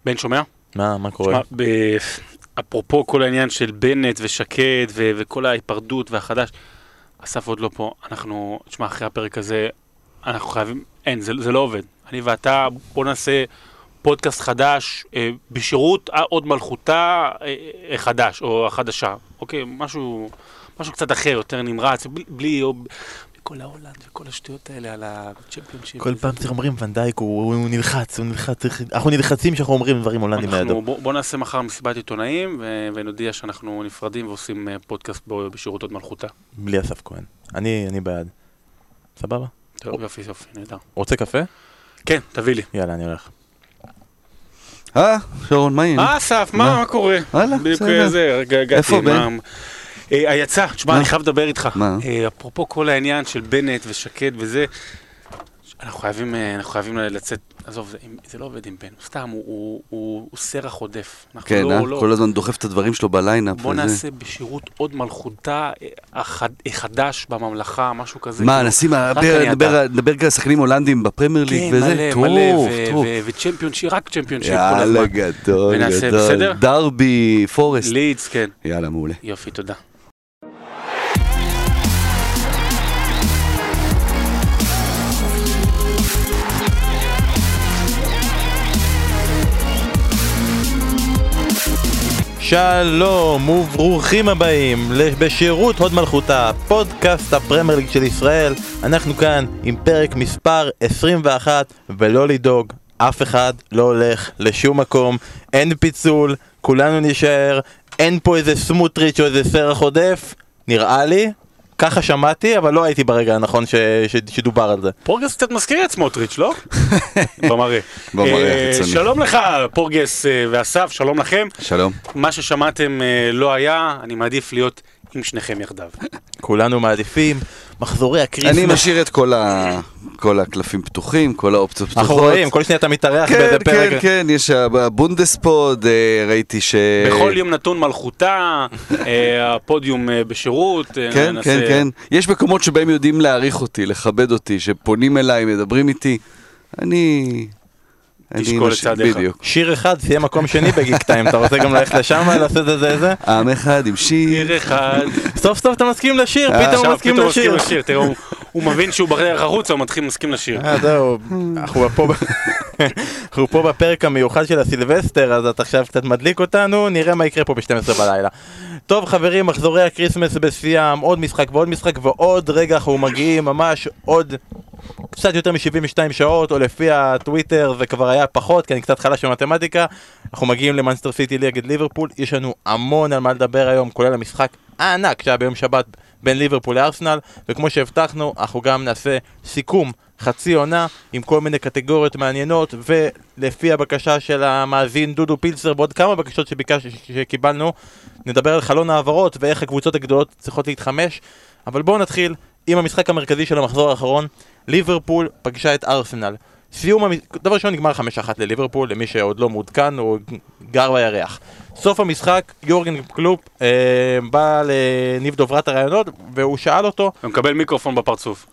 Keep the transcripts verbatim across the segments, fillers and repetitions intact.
בן שומע? מה, מה קורה? שמה, אפרופו כל העניין של בנט ושקד ו- וכל ההיפרדות והחדש, אסף עוד לא פה, אנחנו, תשמע, אחרי הפרק הזה, אנחנו חייבים, אין, זה, זה לא עובד. אני ואתה, בוא נעשה פודקאסט חדש, אה, בשירות עוד מלכותה אה, חדש, או החדשה, אוקיי? משהו, משהו קצת אחר, יותר נמרץ, בלי, בלי או, כל ההולנד וכל השטויות האלה על הצ'מפיונשיפ. כל פעם צריך אומרים ונדייק, הוא, הוא נלחץ, הוא נלחץ, אנחנו נלחצים שאנחנו אומרים דברים הולנדים לידו. בוא, בוא נעשה מחר מסיבת עיתונאים, ו- ונודיע שאנחנו נפרדים ועושים פודקאסט בשירות עוד מלכותה. בלי אסף כהן. אני, אני בעד. סבבה? טוב, יופי, יופי, נהדר. רוצה קפה? כן, תביא לי. יאללה, אני הולך. אה, שרון, מה יהיה? אה, אסף, מה, מה קורה? וואלה, בסדר. איפה בן? היצא, תשמע, אני חייב לדבר איתך. מה? אפרופו כל העניין של בנט ושקד וזה, אנחנו חייבים, אנחנו חייבים לצאת, עזוב, זה לא עובד עם בן, סתם, הוא סרח עודף. כן, כל הזמן דוחף את הדברים שלו בליינאפ. בוא נעשה בשירות עוד מלכותה, החדש בממלכה, משהו כזה. מה, נשים, נדבר כאלה שחקנים הולנדים בפרמייר ליג וזה? כן, מלא, מלא, וצ'מפיונשיפ, רק צ'מפיונשיפ כל הזמן. יאללה, גדול, גדול. דרבי, פורסט. לידס, כן. יאללה, מעולה. יופי, תודה. שלום וברוכים הבאים בשירות הוד מלכותה, פודקאסט הפרמייר ליג של ישראל. אנחנו כאן עם פרק מספר עשרים ואחת, ולא לדאוג, אף אחד לא הולך לשום מקום, אין פיצול, כולנו נשאר, אין פה איזה סמוטריץ' או איזה סרח עודף, נראה לי, ככה שמעתי, אבל לא הייתי ברגע הנכון ש... ש... שדובר על זה. פורגס קצת מזכיר את סמוטריץ', לא? במראה. במראה החיצוני. שלום לך, פורגס ואסף, שלום לכם. שלום. מה ששמעתם לא היה, אני מעדיף להיות עם שניכם יחדיו. כולנו מעדיפים, מחזורי הקריסמס. אני משאיר את כל ה... כל הקלפים פתוחים, כל האופציות פתוחות. אנחנו רואים, כל שניה אתה מתארח כן, באיזה פרק. כן, כן, יש הבונדספוד, ראיתי ש... בכל יום נתון מלכותה, הפודיום בשירות. כן, כן, כן. יש מקומות שבהם יודעים להעריך אותי, לכבד אותי, שפונים אליי, מדברים איתי. אני... תשקול לצעדיך. שיר אחד, תהיה מקום שני בגיק טיים, אתה רוצה גם ללכת לשם, לעשות את זה איזה? עם אחד עם שיר. אחד. סוף סוף אתה מסכים לשיר, פתאום הוא מסכים לשיר. תראה, הוא מבין שהוא בדרך החוצה, הוא מתחיל מסכים לשיר. אה, זהו, אנחנו פה בפרק המיוחד של הסילבסטר, אז אתה עכשיו קצת מדליק אותנו, נראה מה יקרה פה ב-שתים עשרה בלילה. טוב חברים, מחזורי הקריסמס בשיאם, עוד משחק ועוד משחק ועוד רגע אנחנו מגיעים ממש עוד קצת יותר מ-שבעים ושתיים שעות, או לפי הטוויטר זה כבר היה פחות, כי אני קצת חלש במתמטיקה. אנחנו מגיעים למנסטר סיטי נגד ליברפול, יש לנו המון על מה לדבר היום, כולל המשחק הענק שהיה ביום שבת בין ליברפול לארסנל, וכמו שהבטחנו, אנחנו גם נעשה סיכום חצי עונה עם כל מיני קטגוריות מעניינות, ולפי הבקשה של המאזין דודו פילסר, בעוד כמה בקשות שביקש, שקיבלנו, נדבר על חלון העברות ואיך הקבוצות הגדולות צריכות להתחמש. אבל בואו נתחיל עם המשחק המרכזי של המחזור האחרון. ליברפול פגשה את ארסנל. סיום, דבר ראשון נגמר חמש אחת לליברפול, למי שעוד לא מעודכן, הוא גר בירח. סוף המשחק, יורגן קלופ אה, בא לניב דוברת הרעיונות, והוא שאל אותו... הוא מקבל מיקרופון בפרצוף.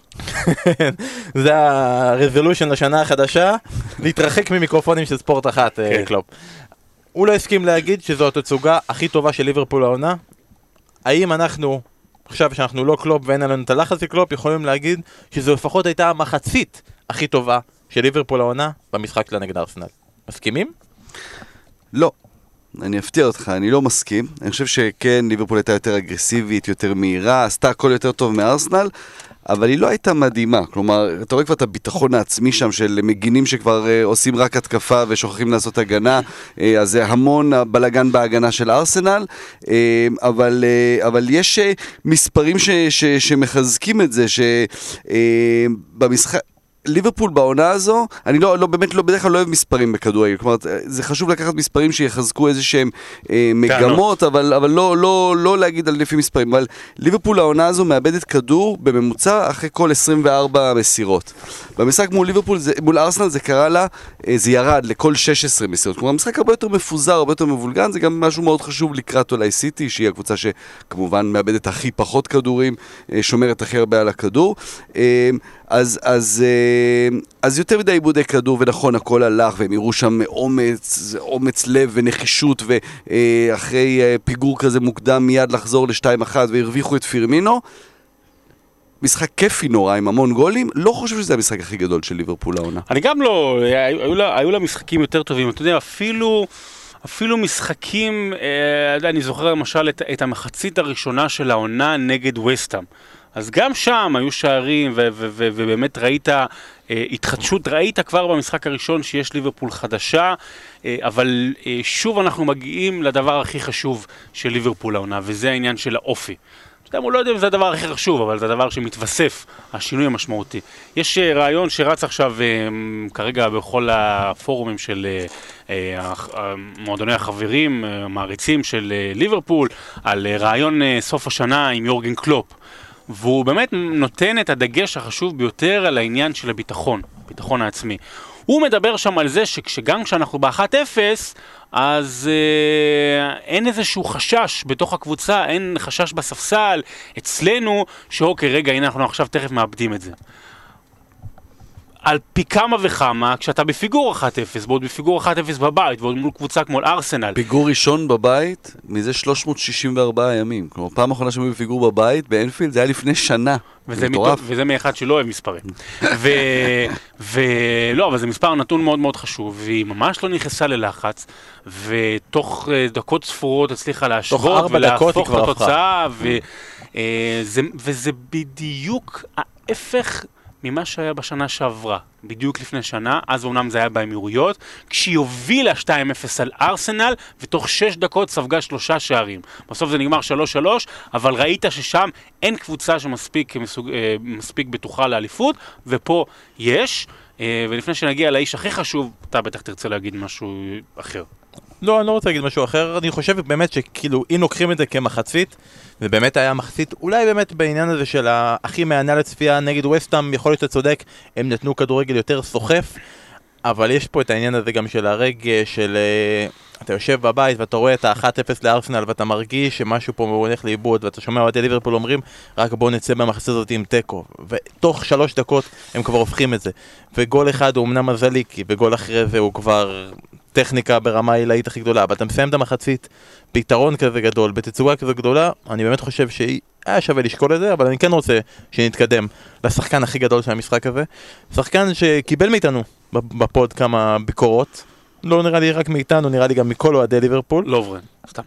זה הרזולושן לשנה החדשה, להתרחק ממיקרופונים של ספורט אחת, אה, קלופ. הוא לא הסכים להגיד שזו התצוגה הכי טובה של ליברפול העונה. האם אנחנו... עכשיו שאנחנו לא קלופ ואין עלינו את הלחץ לקלופ, יכולים להגיד שזו לפחות הייתה המחצית הכי טובה של ליברפול העונה במשחק שלה נגד ארסנל. מסכימים? לא. אני אפתיע אותך, אני לא מסכים. אני חושב שכן, ליברפול הייתה יותר אגרסיבית, יותר מהירה, עשתה הכל יותר טוב מארסנל, אבל היא לא הייתה מדהימה. כלומר, אתה רואה כבר את הביטחון העצמי שם של מגינים שכבר uh, עושים רק התקפה ושוכחים לעשות הגנה, uh, אז זה המון בלגן בהגנה של ארסנל, uh, אבל, uh, אבל יש uh, מספרים ש, ש, שמחזקים את זה, שבמשחק... Uh, ליברפול בעונה הזו, אני לא, לא, באמת לא, בדרך כלל לא אוהב מספרים בכדורגל, כלומר, זה חשוב לקחת מספרים שיחזקו איזה שהם אה, מגמות, אבל, אבל לא, לא, לא להגיד על לפי מספרים, אבל ליברפול העונה הזו מאבדת כדור בממוצע אחרי כל עשרים וארבע מסירות. במשחק מול ליברפול, זה, מול ארסנל זה קרה לה, אה, זה ירד לכל שש עשרה מסירות, כלומר, המשחק הרבה יותר מפוזר, הרבה יותר מבולגן, זה גם משהו מאוד חשוב לקראת אולי סיטי, שהיא הקבוצה שכמובן מאבדת הכי פחות כדורים, אה, שומרת הכי הרבה על הכדור, אה, אז, אז, אז יותר מדי עיבודי כדור, ונכון, הכל הלך, והם יראו שם אומץ, אומץ לב ונחישות, ואחרי פיגור כזה מוקדם מיד לחזור ל-שתיים אחת, והרוויחו את פירמינו. משחק כיפי נורא עם המון גולים, לא חושב שזה המשחק הכי גדול של ליברפול העונה. אני גם לא, היו לה, היו לה משחקים יותר טובים, אתה יודע, אפילו, אפילו משחקים, אה, אני זוכר למשל את, את המחצית הראשונה של העונה נגד וסטהאם. אז גם שם היו שערים, ו- ו- ו- ובאמת ראית אה, התחדשות, ראית כבר במשחק הראשון שיש ליברפול חדשה, אה, אבל אה, שוב אנחנו מגיעים לדבר הכי חשוב של ליברפול העונה, וזה העניין של האופי. הוא לא יודע אם זה הדבר הכי חשוב, אבל זה הדבר שמתווסף, השינוי המשמעותי. יש רעיון שרץ עכשיו כרגע בכל הפורומים של מועדוני החברים, מעריצים של ליברפול, על רעיון סוף השנה עם יורגן קלופ. והוא באמת נותן את הדגש החשוב ביותר על העניין של הביטחון, הביטחון העצמי. הוא מדבר שם על זה שגם כשאנחנו ב-אחת אפס, אז אה, אין איזשהו חשש בתוך הקבוצה, אין חשש בספסל, אצלנו, שאוקיי, רגע, הנה אנחנו עכשיו תכף מאבדים את זה. על פי כמה וכמה, כשאתה בפיגור אחת אפס, ועוד בפיגור אחת אפס בבית, ועוד מול קבוצה כמו ארסנל. פיגור ראשון בבית, מזה שלוש מאות שישים וארבעה ימים. כלומר, פעם אחרונה שהם בפיגור בבית, באנפילד, זה היה לפני שנה. וזה, מטוב, וזה מאחד שלא אוהב מספרים. ולא, אבל זה מספר נתון מאוד מאוד חשוב, והיא ממש לא נכנסה ללחץ, ותוך דקות ספורות הצליחה להשוות, ולהפוך את התוצאה, וזה, וזה בדיוק ההפך ממה שהיה בשנה שעברה, בדיוק לפני שנה, אז אומנם זה היה באמירויות, כשהיא הובילה שתיים אפס על ארסנל, ותוך שש דקות ספגה שלושה שערים. בסוף זה נגמר שלוש שלוש, אבל ראית ששם אין קבוצה שמספיק מסוג, מספיק בטוחה לאליפות, ופה יש, ולפני שנגיע לאיש הכי חשוב, אתה בטח תרצה להגיד משהו אחר. לא, אני לא רוצה להגיד משהו אחר, אני חושב באמת שכאילו, אם לוקחים את זה כמחצית, זה באמת היה מחצית, אולי באמת בעניין הזה של הכי מענה לצפייה נגד וסטהאם, יכול להיות שצודק, הם נתנו כדורגל יותר סוחף, אבל יש פה את העניין הזה גם של הרגש, של אתה יושב בבית ואתה רואה את ה-אחת אפס לארסנל ואתה מרגיש שמשהו פה הולך לאיבוד, ואתה שומע אוהדי ליברפול אומרים, רק בואו נצא במחצית הזאת עם טקו, ותוך שלוש דקות הם כבר הופכים את זה, וגול אחד הוא אמנם מזליקי, וגול אחרי זה הוא כבר טכניקה ברמה העילאית הכי גדולה, אבל אתה מסיים את המחצית ביתרון כזה גדול, בתצוגה כזה גדולה, אני באמת חושב שהיה שווה לשקול את זה, אבל אני כן רוצה שנתקדם לשחקן הכי גדול של המשחק הזה, שחקן שקיבל מאיתנו בפוד כמה ביקורות, לא נראה לי רק מאיתנו, נראה לי גם מכל אוהדי ליברפול. לא עוברים, סתם.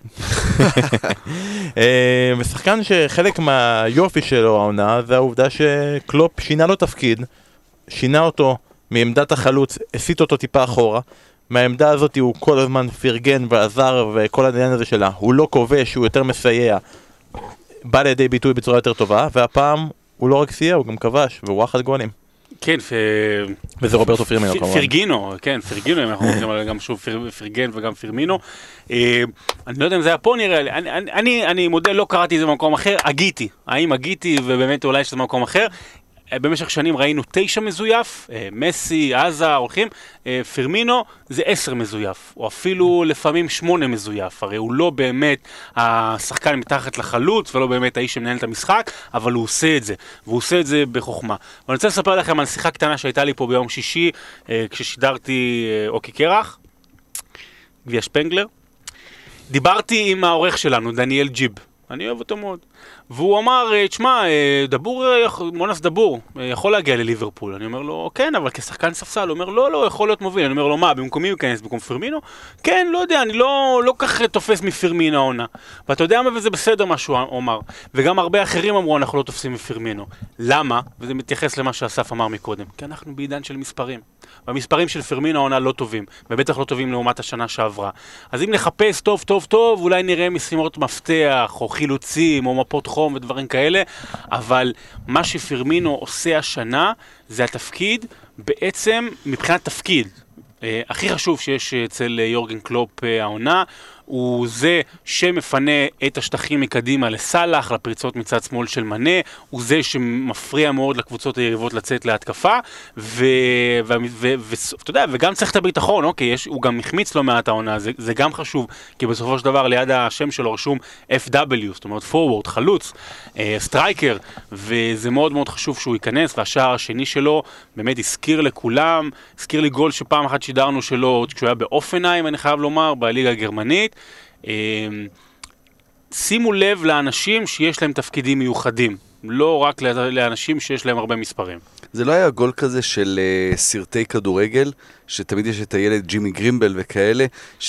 ושחקן שחלק מהיופי שלו העונה, זה העובדה שקלופ שינה לו תפקיד, שינה אותו מעמדת החלוץ, הסיט אותו טיפה אחורה, מהעמדה הזאת הוא כל הזמן פרגן ועזר וכל העניין הזה שלה, הוא לא כובש, הוא יותר מסייע, בא לידי ביטוי בצורה יותר טובה, והפעם הוא לא רק סייע, הוא גם כבש, והוא וואחד גולים. כן, וזה רוברטו פירמינו כמובן. פירגינו, כן, פירגינו, אנחנו אומרים גם שוב פירגן וגם פירמינו. אני לא יודע אם זה היה פה נראה לי, אני מודה, לא קראתי את זה במקום אחר, הגיתי, האם הגיתי ובאמת אולי שזה במקום אחר. במשך שנים ראינו תשע מזויף, מסי, עזה, הולכים, פירמינו זה עשר מזויף, או אפילו לפעמים שמונה מזויף, הרי הוא לא באמת השחקן מתחת לחלוץ, ולא באמת האיש שמנהל את המשחק, אבל הוא עושה את זה, והוא עושה את זה בחוכמה. ואני רוצה לספר לכם על שיחה קטנה שהייתה לי פה ביום שישי, כששידרתי אוקי קרח, גביע שפנגלר, דיברתי עם העורך שלנו, דניאל ג'יב, אני אוהב אותו מאוד. והוא אמר, תשמע, דבור, מונס דבור, יכול להגיע לליברפול. אני אומר לו, כן, אבל כשחקן ספסל. הוא אומר, לא, לא, יכול להיות מוביל. אני אומר לו, מה, במקומי הוא כנס, במקום פירמינו? כן, לא יודע, אני לא, לא כך תופס מפירמינו העונה. ואתה יודע מה, וזה בסדר מה שהוא אומר. וגם הרבה אחרים אמרו, אנחנו לא תופסים מפירמינו. למה? וזה מתייחס למה שאסף אמר מקודם. כי אנחנו בעידן של מספרים. והמספרים של פירמינו העונה לא טובים, ובטח לא טובים לעומת השנה שעברה. אז אם נחפש טוב, טוב, טוב, אולי נראה משימות מפתח, או חילוצים, או מפות חום ודברים כאלה, אבל מה שפירמינו עושה השנה, זה התפקיד, בעצם, מבחינת תפקיד, הכי חשוב שיש אצל יורגן קלופ העונה, הוא זה שמפנה את השטחים מקדימה לסלח, לפריצות מצד שמאל של מנה, הוא זה שמפריע מאוד לקבוצות היריבות לצאת להתקפה, ואתה יודע, וגם צריך את הביטחון, אוקיי, יש, הוא גם מחמיץ לא מעט העונה, זה, זה גם חשוב, כי בסופו של דבר ליד השם שלו רשום אף דאבליו, זאת אומרת פורוורד, חלוץ, אה, סטרייקר, וזה מאוד מאוד חשוב שהוא ייכנס, והשער השני שלו באמת הזכיר לכולם, הזכיר לי גול שפעם אחת שידרנו שלו, כשהוא היה באופנהיים, אני חייב לומר, בליגה הגרמנית. אה, שימו לב לאנשים שיש להם תפקידים מיוחדים, לא רק לאנשים שיש להם הרבה מספרים. זה לא היה גול כזה של uh, סרטי כדורגל, שתמיד יש את הילד ג'ימי גרימבל וכאלה,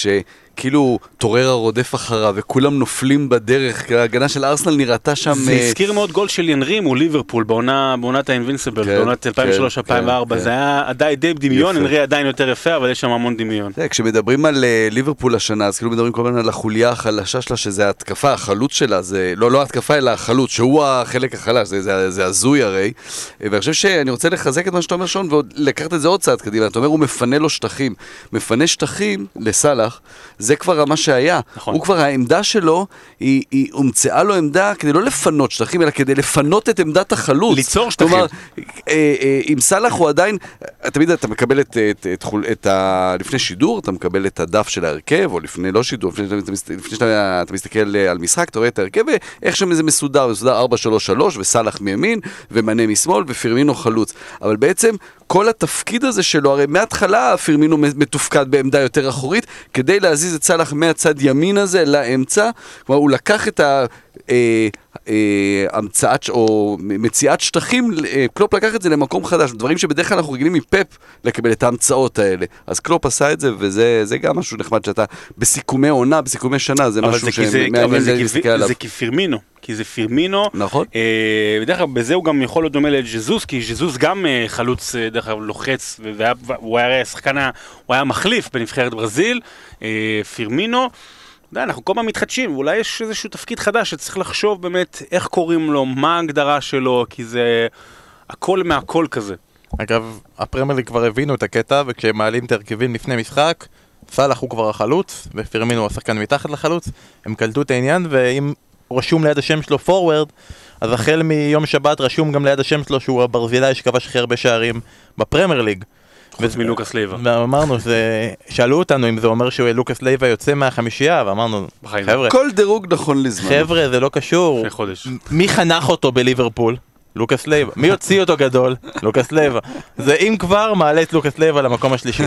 שכאילו תורר הרודף אחריו, וכולם נופלים בדרך, ההגנה של ארסנל נראתה שם... זה הזכיר מאוד גול של ינרי מול ליברפול, בעונה, בעונת האינבינסיבל, כן, בעונת אלפיים ושלוש אלפיים וארבע, כן, זה היה עדיין די דמיון, ינרי עדיין יותר יפה, אבל יש שם המון דמיון. זה, כשמדברים על uh, ליברפול השנה, אז כאילו מדברים כל הזמן על החוליה החלשה שלה, שזה ההתקפה, החלוץ שלה, זה לא, לא התקפה, אלא החלוץ, שהוא החלק החלש, זה, זה, זה הזוי הרי, ואני חושב שאני רוצה לחזק את מה שאתה אומר שון, ולקחת את זה עוד צעד קדימה, אתה אומר, הוא מפנה לו שטחים, מפנה שטחים לסלח, זה כבר מה שהיה, נכון. הוא כבר, העמדה שלו, היא, היא הומצאה לו עמדה כדי לא לפנות שטחים, אלא כדי לפנות את עמדת החלוץ. ליצור שטחים. כלומר, אה, אה, עם סלח הוא עדיין, תמיד אתה מקבל את, את, את, את, את ה... לפני שידור, אתה מקבל את הדף של ההרכב, או לפני לא שידור, לפני, לפני שאתה אתה מסתכל על משחק, אתה רואה את ההרכב, ואיך שם זה מסודר, מסודר ארבע שלוש שלוש, וסלח מימין, ומנה משמאל, ופירמינו חלוץ. אבל בעצם, כל התפקיד הזה שלו, הרי מההתחלה פירמינו מתופקד בעמדה יותר אחורית, כדי להזיז את סלח מהצד ימין הזה לאמצע, כלומר הוא לקח את ה... אה, אה, המצאת או מציאת שטחים, אה, קלופ לקח את זה למקום חדש, דברים שבדרך כלל אנחנו רגילים מפפ לקבל את ההמצאות האלה, אז קלופ עשה את זה, וזה זה גם משהו נחמד שאתה בסיכומי עונה, בסיכומי שנה, זה משהו שמעניין להסתכל עליו. זה כפירמינו, כי זה פירמינו, נכון. אה, בדרך כלל בזה הוא גם יכול להיות דומה לג'זוס, כי ג'זוס גם אה, חלוץ אה, דרך כלל לוחץ, והוא היה שחקן, הוא היה מחליף בנבחרת ברזיל, אה, פירמינו, אנחנו כל פעם מתחדשים, ואולי יש איזשהו תפקיד חדש שצריך לחשוב באמת איך קוראים לו, מה ההגדרה שלו, כי זה הכל מהכל כזה. אגב, הפרמייר ליג כבר הבינו את הקטע, וכשהם מעלים את הרכבים לפני משחק, סלח הוא כבר החלוץ, ופירמינו הוא השחקן מתחת לחלוץ, הם קלטו את העניין, ואם רשום ליד השם שלו פורוורד, אז החל מיום שבת רשום גם ליד השם שלו שהוא הברזילאי שכבש הכי הרבה שערים בפרמייר ליג. חוץ מלוקאס לייבה. ואמרנו, שאלו אותנו אם זה אומר שלוקאס לייבה יוצא מהחמישייה, ואמרנו, חבר'ה, כל דירוג נכון לזמן. חבר'ה, זה לא קשור. מי חנך אותו בליברפול? לוקאס לייבה. מי הוציא אותו גדול? לוקאס לייבה. זה אם כבר מעלה את לוקאס לייבה למקום השלישי.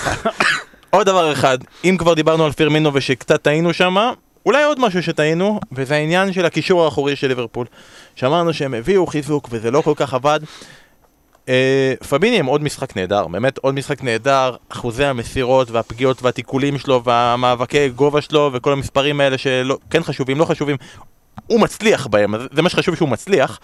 עוד דבר אחד, אם כבר דיברנו על פירמינו ושקצת טעינו שמה, אולי עוד משהו שטעינו, וזה העניין של הקישור האחורי של ליברפול. שאמרנו שהם הביאו חיזוק וזה לא כל כך עבד. פביני הם עוד משחק נהדר, באמת עוד משחק נהדר, אחוזי המסירות והפגיעות והתיקולים שלו והמאבקי גובה שלו וכל המספרים האלה שכן חשובים, לא חשובים, הוא מצליח בהם, זה מה שחשוב שהוא מצליח,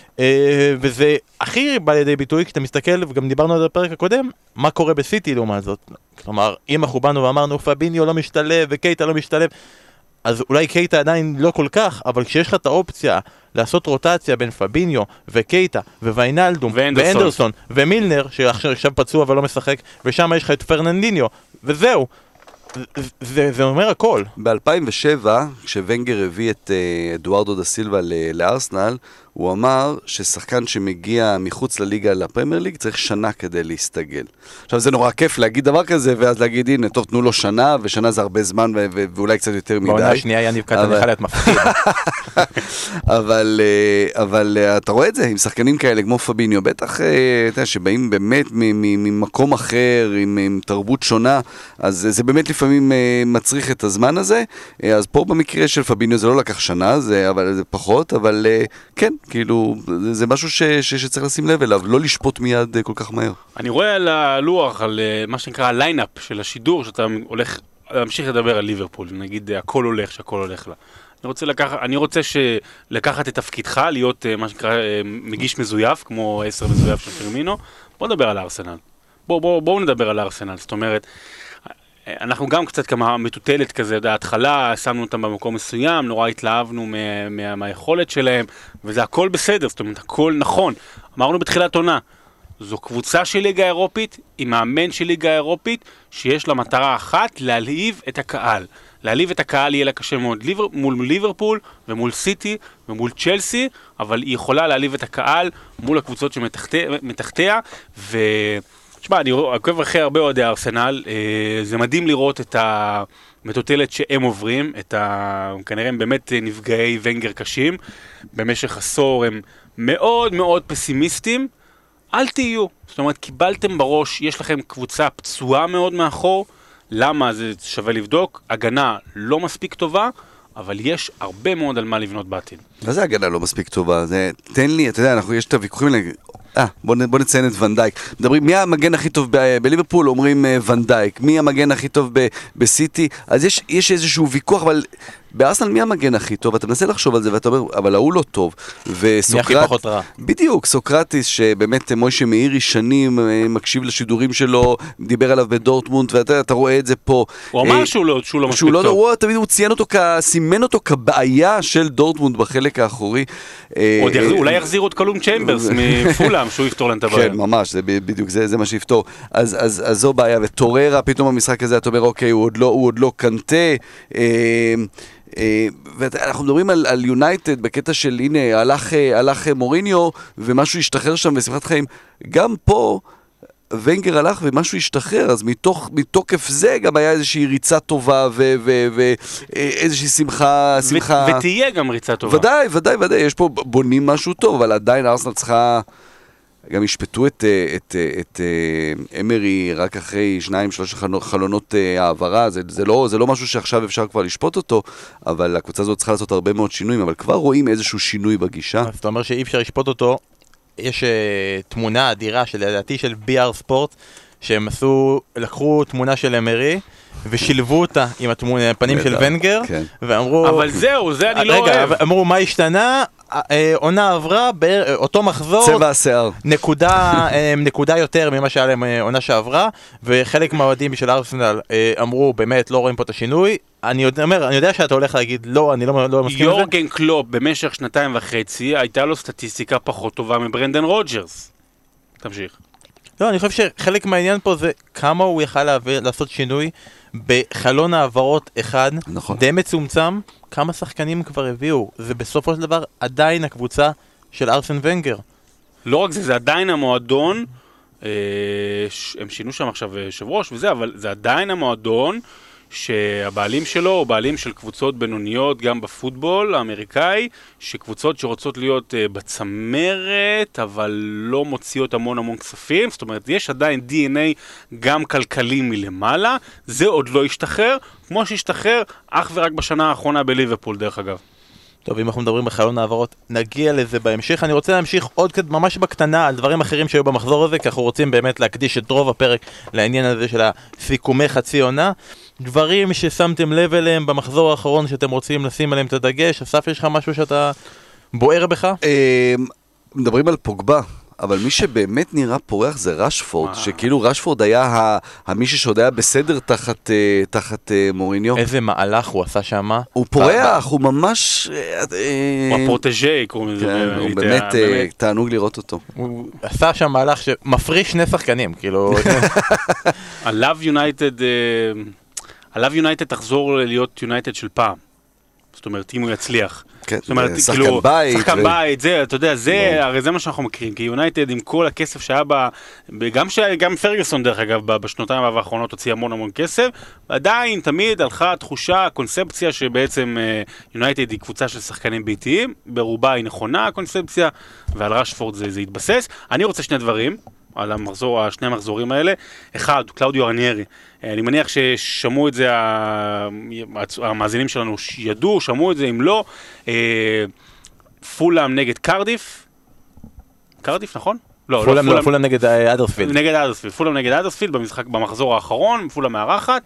וזה הכי בא לידי ביטוי כשאתה מסתכל, וגם דיברנו על זה בפרק הקודם, מה קורה בסיטי לעומת זאת. כלומר, אם אנחנו באנו ואמרנו פביניו לא משתלב וקייטה לא משתלב, אז אולי קייטה עדיין לא כל כך, אבל כשיש לך את האופציה לעשות רוטציה בין פביניו וקייטה וויינלדום ואנדרסון ומילנר, שעכשיו פצוע ולא משחק, ושם יש לך את פרננדיניו, וזהו. זה, זה אומר הכל. ב-אלפיים ושבע, כשוונגר הביא את אדוארדו דה סילבה לארסנל, הוא אמר ששחקן שמגיע מחוץ לליגה לפרמייר ליג צריך שנה כדי להסתגל. עכשיו זה נורא כיף להגיד דבר כזה, ואז להגיד, הנה, טוב, תנו לו שנה, ושנה זה הרבה זמן, ו- ו- ואולי קצת יותר מדי. בעונה השנייה יניב קטן יכול להיות מפחיד. אבל, אבל אתה רואה את זה, עם שחקנים כאלה, כמו פביניו, בטח, אתה יודע, שבאים באמת ממקום אחר, עם, עם תרבות שונה, אז זה באמת לפעמים מצריך את הזמן הזה. אז פה במקרה של פביניו זה לא לקח שנה, זה, אבל זה פחות, אבל כן, כאילו, זה, זה משהו ש, ש, שצריך לשים לב אליו, לא לשפוט מיד כל כך מהר. אני רואה על הלוח, על מה שנקרא הליינאפ של השידור, שאתה הולך להמשיך לדבר על ליברפול, נגיד הכל הולך, שהכל הולך לה. אני רוצה לקחת, אני רוצה לקחת את תפקידך, להיות מה שנקרא מגיש מזויף, כמו עשר מזויף של פירמינו. בוא נדבר על הארסנל. בוא, בוא, בואו נדבר על הארסנל. זאת אומרת, אנחנו גם קצת כמה מטוטלת כזה, ההתחלה, שמנו אותם במקום מסוים, נורא התלהבנו מה, מה, מהיכולת שלהם, וזה הכל בסדר, זאת אומרת, הכל נכון. אמרנו בתחילת עונה, זו קבוצה של ליגה אירופית, עם מאמן של ליגה אירופית, שיש לה מטרה אחת, להלהיב את הקהל. להעליב את הקהל יהיה לה קשה מאוד ליבר, מול ליברפול ומול סיטי ומול צ'לסי, אבל היא יכולה להעליב את הקהל מול הקבוצות שמתחתיה, ו... תשמע, אני עוקב אחרי הרבה אוהדי ארסנל, אה, זה מדהים לראות את המטוטלת שהם עוברים, את ה... כנראה הם באמת נפגעי ונגר קשים, במשך עשור הם מאוד מאוד פסימיסטים, אל תהיו, זאת אומרת, קיבלתם בראש, יש לכם קבוצה פצועה מאוד מאחור, למה זה שווה לבדוק, הגנה לא מספיק טובה, אבל יש הרבה מאוד על מה לבנות בעתיד. מה זה הגנה לא מספיק טובה? זה, תן לי, אתה יודע, אנחנו יש את הוויכוחים, אה, בוא, בוא נציין את ונדייק. מדברים, מי המגן הכי טוב ב- בליברפול? אומרים uh, ונדייק. מי המגן הכי טוב ב- בסיטי? אז יש, יש איזשהו ויכוח, אבל בארסנל מי המגן הכי טוב? אתה מנסה לחשוב על זה, ואתה אומר, אבל הוא לא טוב. וסוקרט... מי הכי פחות רע? בדיוק, סוקרטיס, שבאמת מוישה מאירי שנים מקשיב לשידורים שלו, דיבר עליו בדורטמונד, ואתה אתה רואה את זה פה. הוא אמר שהוא לא, שהוא לא מספיק שהוא טוב. לא, הוא, תמיד הוא ציין אותו, סימן אותו כבעיה של דורטמונד בחלק האחורי. עוד יחזיר, אולי יחזירו את קלום צ'יימברס מפולאם, שהוא יפתור להם את הבעיה. כן, ממש, זה בדיוק, זה, זה מה שיפתור. אז, אז, אז זו בעיה, וטוררה, פתאום במשחק הזה, אתה אומר, אוקיי, הוא עוד לא, הוא עוד לא קנטה, אה, אה, ואנחנו מדברים על, על יונייטד, בקטע של, הנה, הלך, הלך מוריניו, ומשהו השתחרר שם בשמחת חיים. גם פה, ונגר הלך ומשהו השתחרר, אז מתוך, מתוקף זה גם היה איזושהי ריצה טובה ואיזושהי שמחה, שמחה... ו- ותהיה גם ריצה טובה. ודאי, ודאי, ודאי, יש פה בונים משהו טוב, אבל עדיין ארסנל צריכה... גם ישפטו את, את, את, את אמרי רק אחרי שניים, שלוש חלונות העברה, זה, זה, לא, זה לא משהו שעכשיו אפשר כבר לשפוט אותו, אבל הקבוצה הזאת צריכה לעשות הרבה מאוד שינויים, אבל כבר רואים איזשהו שינוי בגישה. אז אתה אומר שאי אפשר לשפוט אותו, יש uh, תמונה אדירה שלדעתי של בי אר ספורט, שהם עשו, לקחו תמונה של אמרי, ושילבו אותה עם הפנים של ונגר, כן. ואמרו... אבל זהו, זה אני לא אוהב. רגע, אמרו מה השתנה, עונה עברה, אותו מחזור, צבע השיער. נקודה, נקודה יותר ממה שהיה להם עונה שעברה, וחלק מהאוהדים של ארסנל אמרו, באמת לא רואים פה את השינוי, אני אומר, אני יודע שאתה הולך להגיד, לא, אני לא, לא מסכים לזה. יורגן קלופ במשך שנתיים וחצי, הייתה לו סטטיסטיקה פחות טובה מברנדן רוג'רס. תמשיך. לא, אני חושב שחלק מהעניין פה זה כמה הוא יכל להעביר, לעשות שינוי בחלון העברות אחד, נכון. די מצומצם, כמה שחקנים כבר הביאו. זה בסופו של דבר עדיין הקבוצה של ארסן ונגר. לא רק זה, זה עדיין המועדון, אה, ש... הם שינו שם עכשיו שב ראש וזה, אבל זה עדיין המועדון שהבעלים שלו הוא בעלים של קבוצות בינוניות גם בפוטבול האמריקאי, שקבוצות שרוצות להיות uh, בצמרת, אבל לא מוציאות המון המון כספים, זאת אומרת, יש עדיין די אן איי גם כלכלי מלמעלה, זה עוד לא ישתחרר, כמו שישתחרר אך ורק בשנה האחרונה בליברפול דרך אגב. טוב, אם אנחנו מדברים בחלון העברות, נגיע לזה בהמשך. אני רוצה להמשיך עוד קצת ממש בקטנה על דברים אחרים שהיו במחזור הזה, כי אנחנו רוצים באמת להקדיש את רוב הפרק לעניין הזה של הסיכומי חצי עונה. דברים ששמתם לב אליהם במחזור האחרון שאתם רוצים לשים עליהם את הדגש. אסף, יש לך משהו שאתה בוער בך? מדברים על פוגבה. אבל מי שבאמת נראה פורח זה רשפורד, שכאילו רשפורד היה המישהו שעוד היה בסדר תחת, תחת מוריניו. איזה מהלך הוא עשה שם? הוא פורח, הוא ממש... הוא הפרוטג'י, קוראים לזה. הוא באמת תענוג לראות אותו. הוא עשה שם מהלך שמפריש שני שחקנים, כאילו... עליו יונייטד... עליו יונייטד תחזור להיות יונייטד של פעם. זאת אומרת, אם הוא יצליח. זאת אומרת, כאילו, שחקן בית, זה, אתה יודע, זה, הרי זה מה שאנחנו מכירים, כי יונייטד עם כל הכסף שהיה בה, גם פרגוסון דרך אגב, בשנותיים האחרונות הוציא המון המון כסף, ועדיין תמיד הלכה תחושה, קונספציה שבעצם יונייטד היא קבוצה של שחקנים ביתיים, ברובה היא נכונה הקונספציה, ועל רשפורד זה, זה התבסס. אני רוצה שני דברים, על המחזור, השני המחזורים האלה. אחד, קלאודיו רניירי. אני מניח ששמעו את זה, המאזינים שלנו ידעו, שמעו את זה, אם לא, פולאם נגד קרדיף. קרדיף, נכון? לא, פולאם, לא, פולאם נגד אדרספילד. נגד אדרספילד, פולאם נגד אדרספילד במשחק, במחזור האחרון, פולאם מארחת,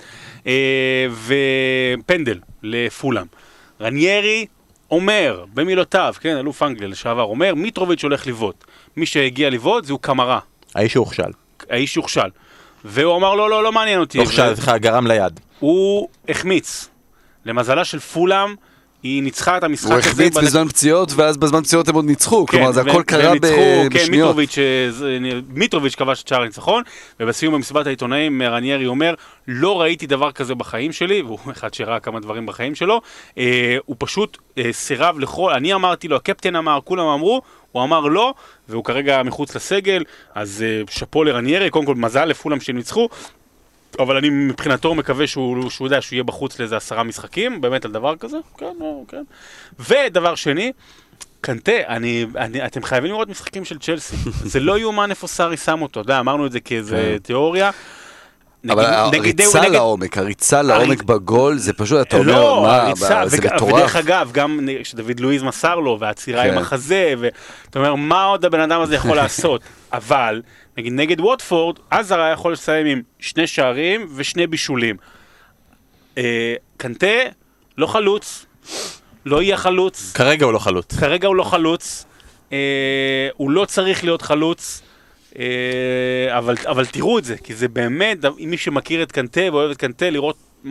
ופנדל לפולאם. רניירי אומר, במילותיו, כן, אלוף אנגליה לשעבר, אומר, מיטרוביץ' הולך לבעוט. מי שהגיע לבעוט זה הוא קמרה. האיש הוכשל. האיש הוכשל. והוא אמר, לא, לא, לא מעניין אותי. הוכשל, זה גרם ליד. הוא החמיץ. למזלה של פולאם, היא ניצחה את המשחק הוא הזה. החמיץ בזמן פציעות, ואז בזמן פציעות הם עוד ניצחו, כלומר זה הכל קרה בשניות. מיטרוביץ' כבש את שער הניצחון, ובסיום במסיבת העיתונאים רניירי אומר, לא ראיתי דבר כזה בחיים שלי, והוא אחד שראה כמה דברים בחיים שלו, הוא פשוט סירב לכל, אני אמרתי לו, הקפטן אמר, כולם אמרו, הוא אמר לא, והוא כרגע מחוץ לסגל, אז שפו לרניירי, קודם כל מזל לפולם שניצחו, אבל אני מבחינתו מקווה שהוא, שהוא יודע שהוא יהיה בחוץ לאיזה עשרה משחקים, באמת על דבר כזה, כן, כן. ודבר שני, קנטה, אני, אני, אתם חייבים לראות משחקים של צ'לסי, זה לא יאומן איפה סארי שם אותו, יודע, אמרנו את זה כאיזה תיאוריה, אבל הריצה לעומק, הריצה לעומק בגול, זה פשוט, אתה אומר, מה, זה מטורף. ודרך אגב, גם כשדוד לואיז מסר לו, והצירה עם החזה, ואתה אומר, מה עוד הבן אדם הזה יכול לעשות? אבל, נגיד, נגד ווטפורד, עזר היה יכול לסיים עם שני שערים ושני בישולים. קנטה, לא חלוץ, לא יהיה חלוץ. כרגע הוא לא חלוץ. כרגע הוא לא חלוץ. הוא לא צריך להיות חלוץ. אבל, אבל תראו את זה, כי זה באמת, מי שמכיר את קנטה ואוהב את קנטה, לראות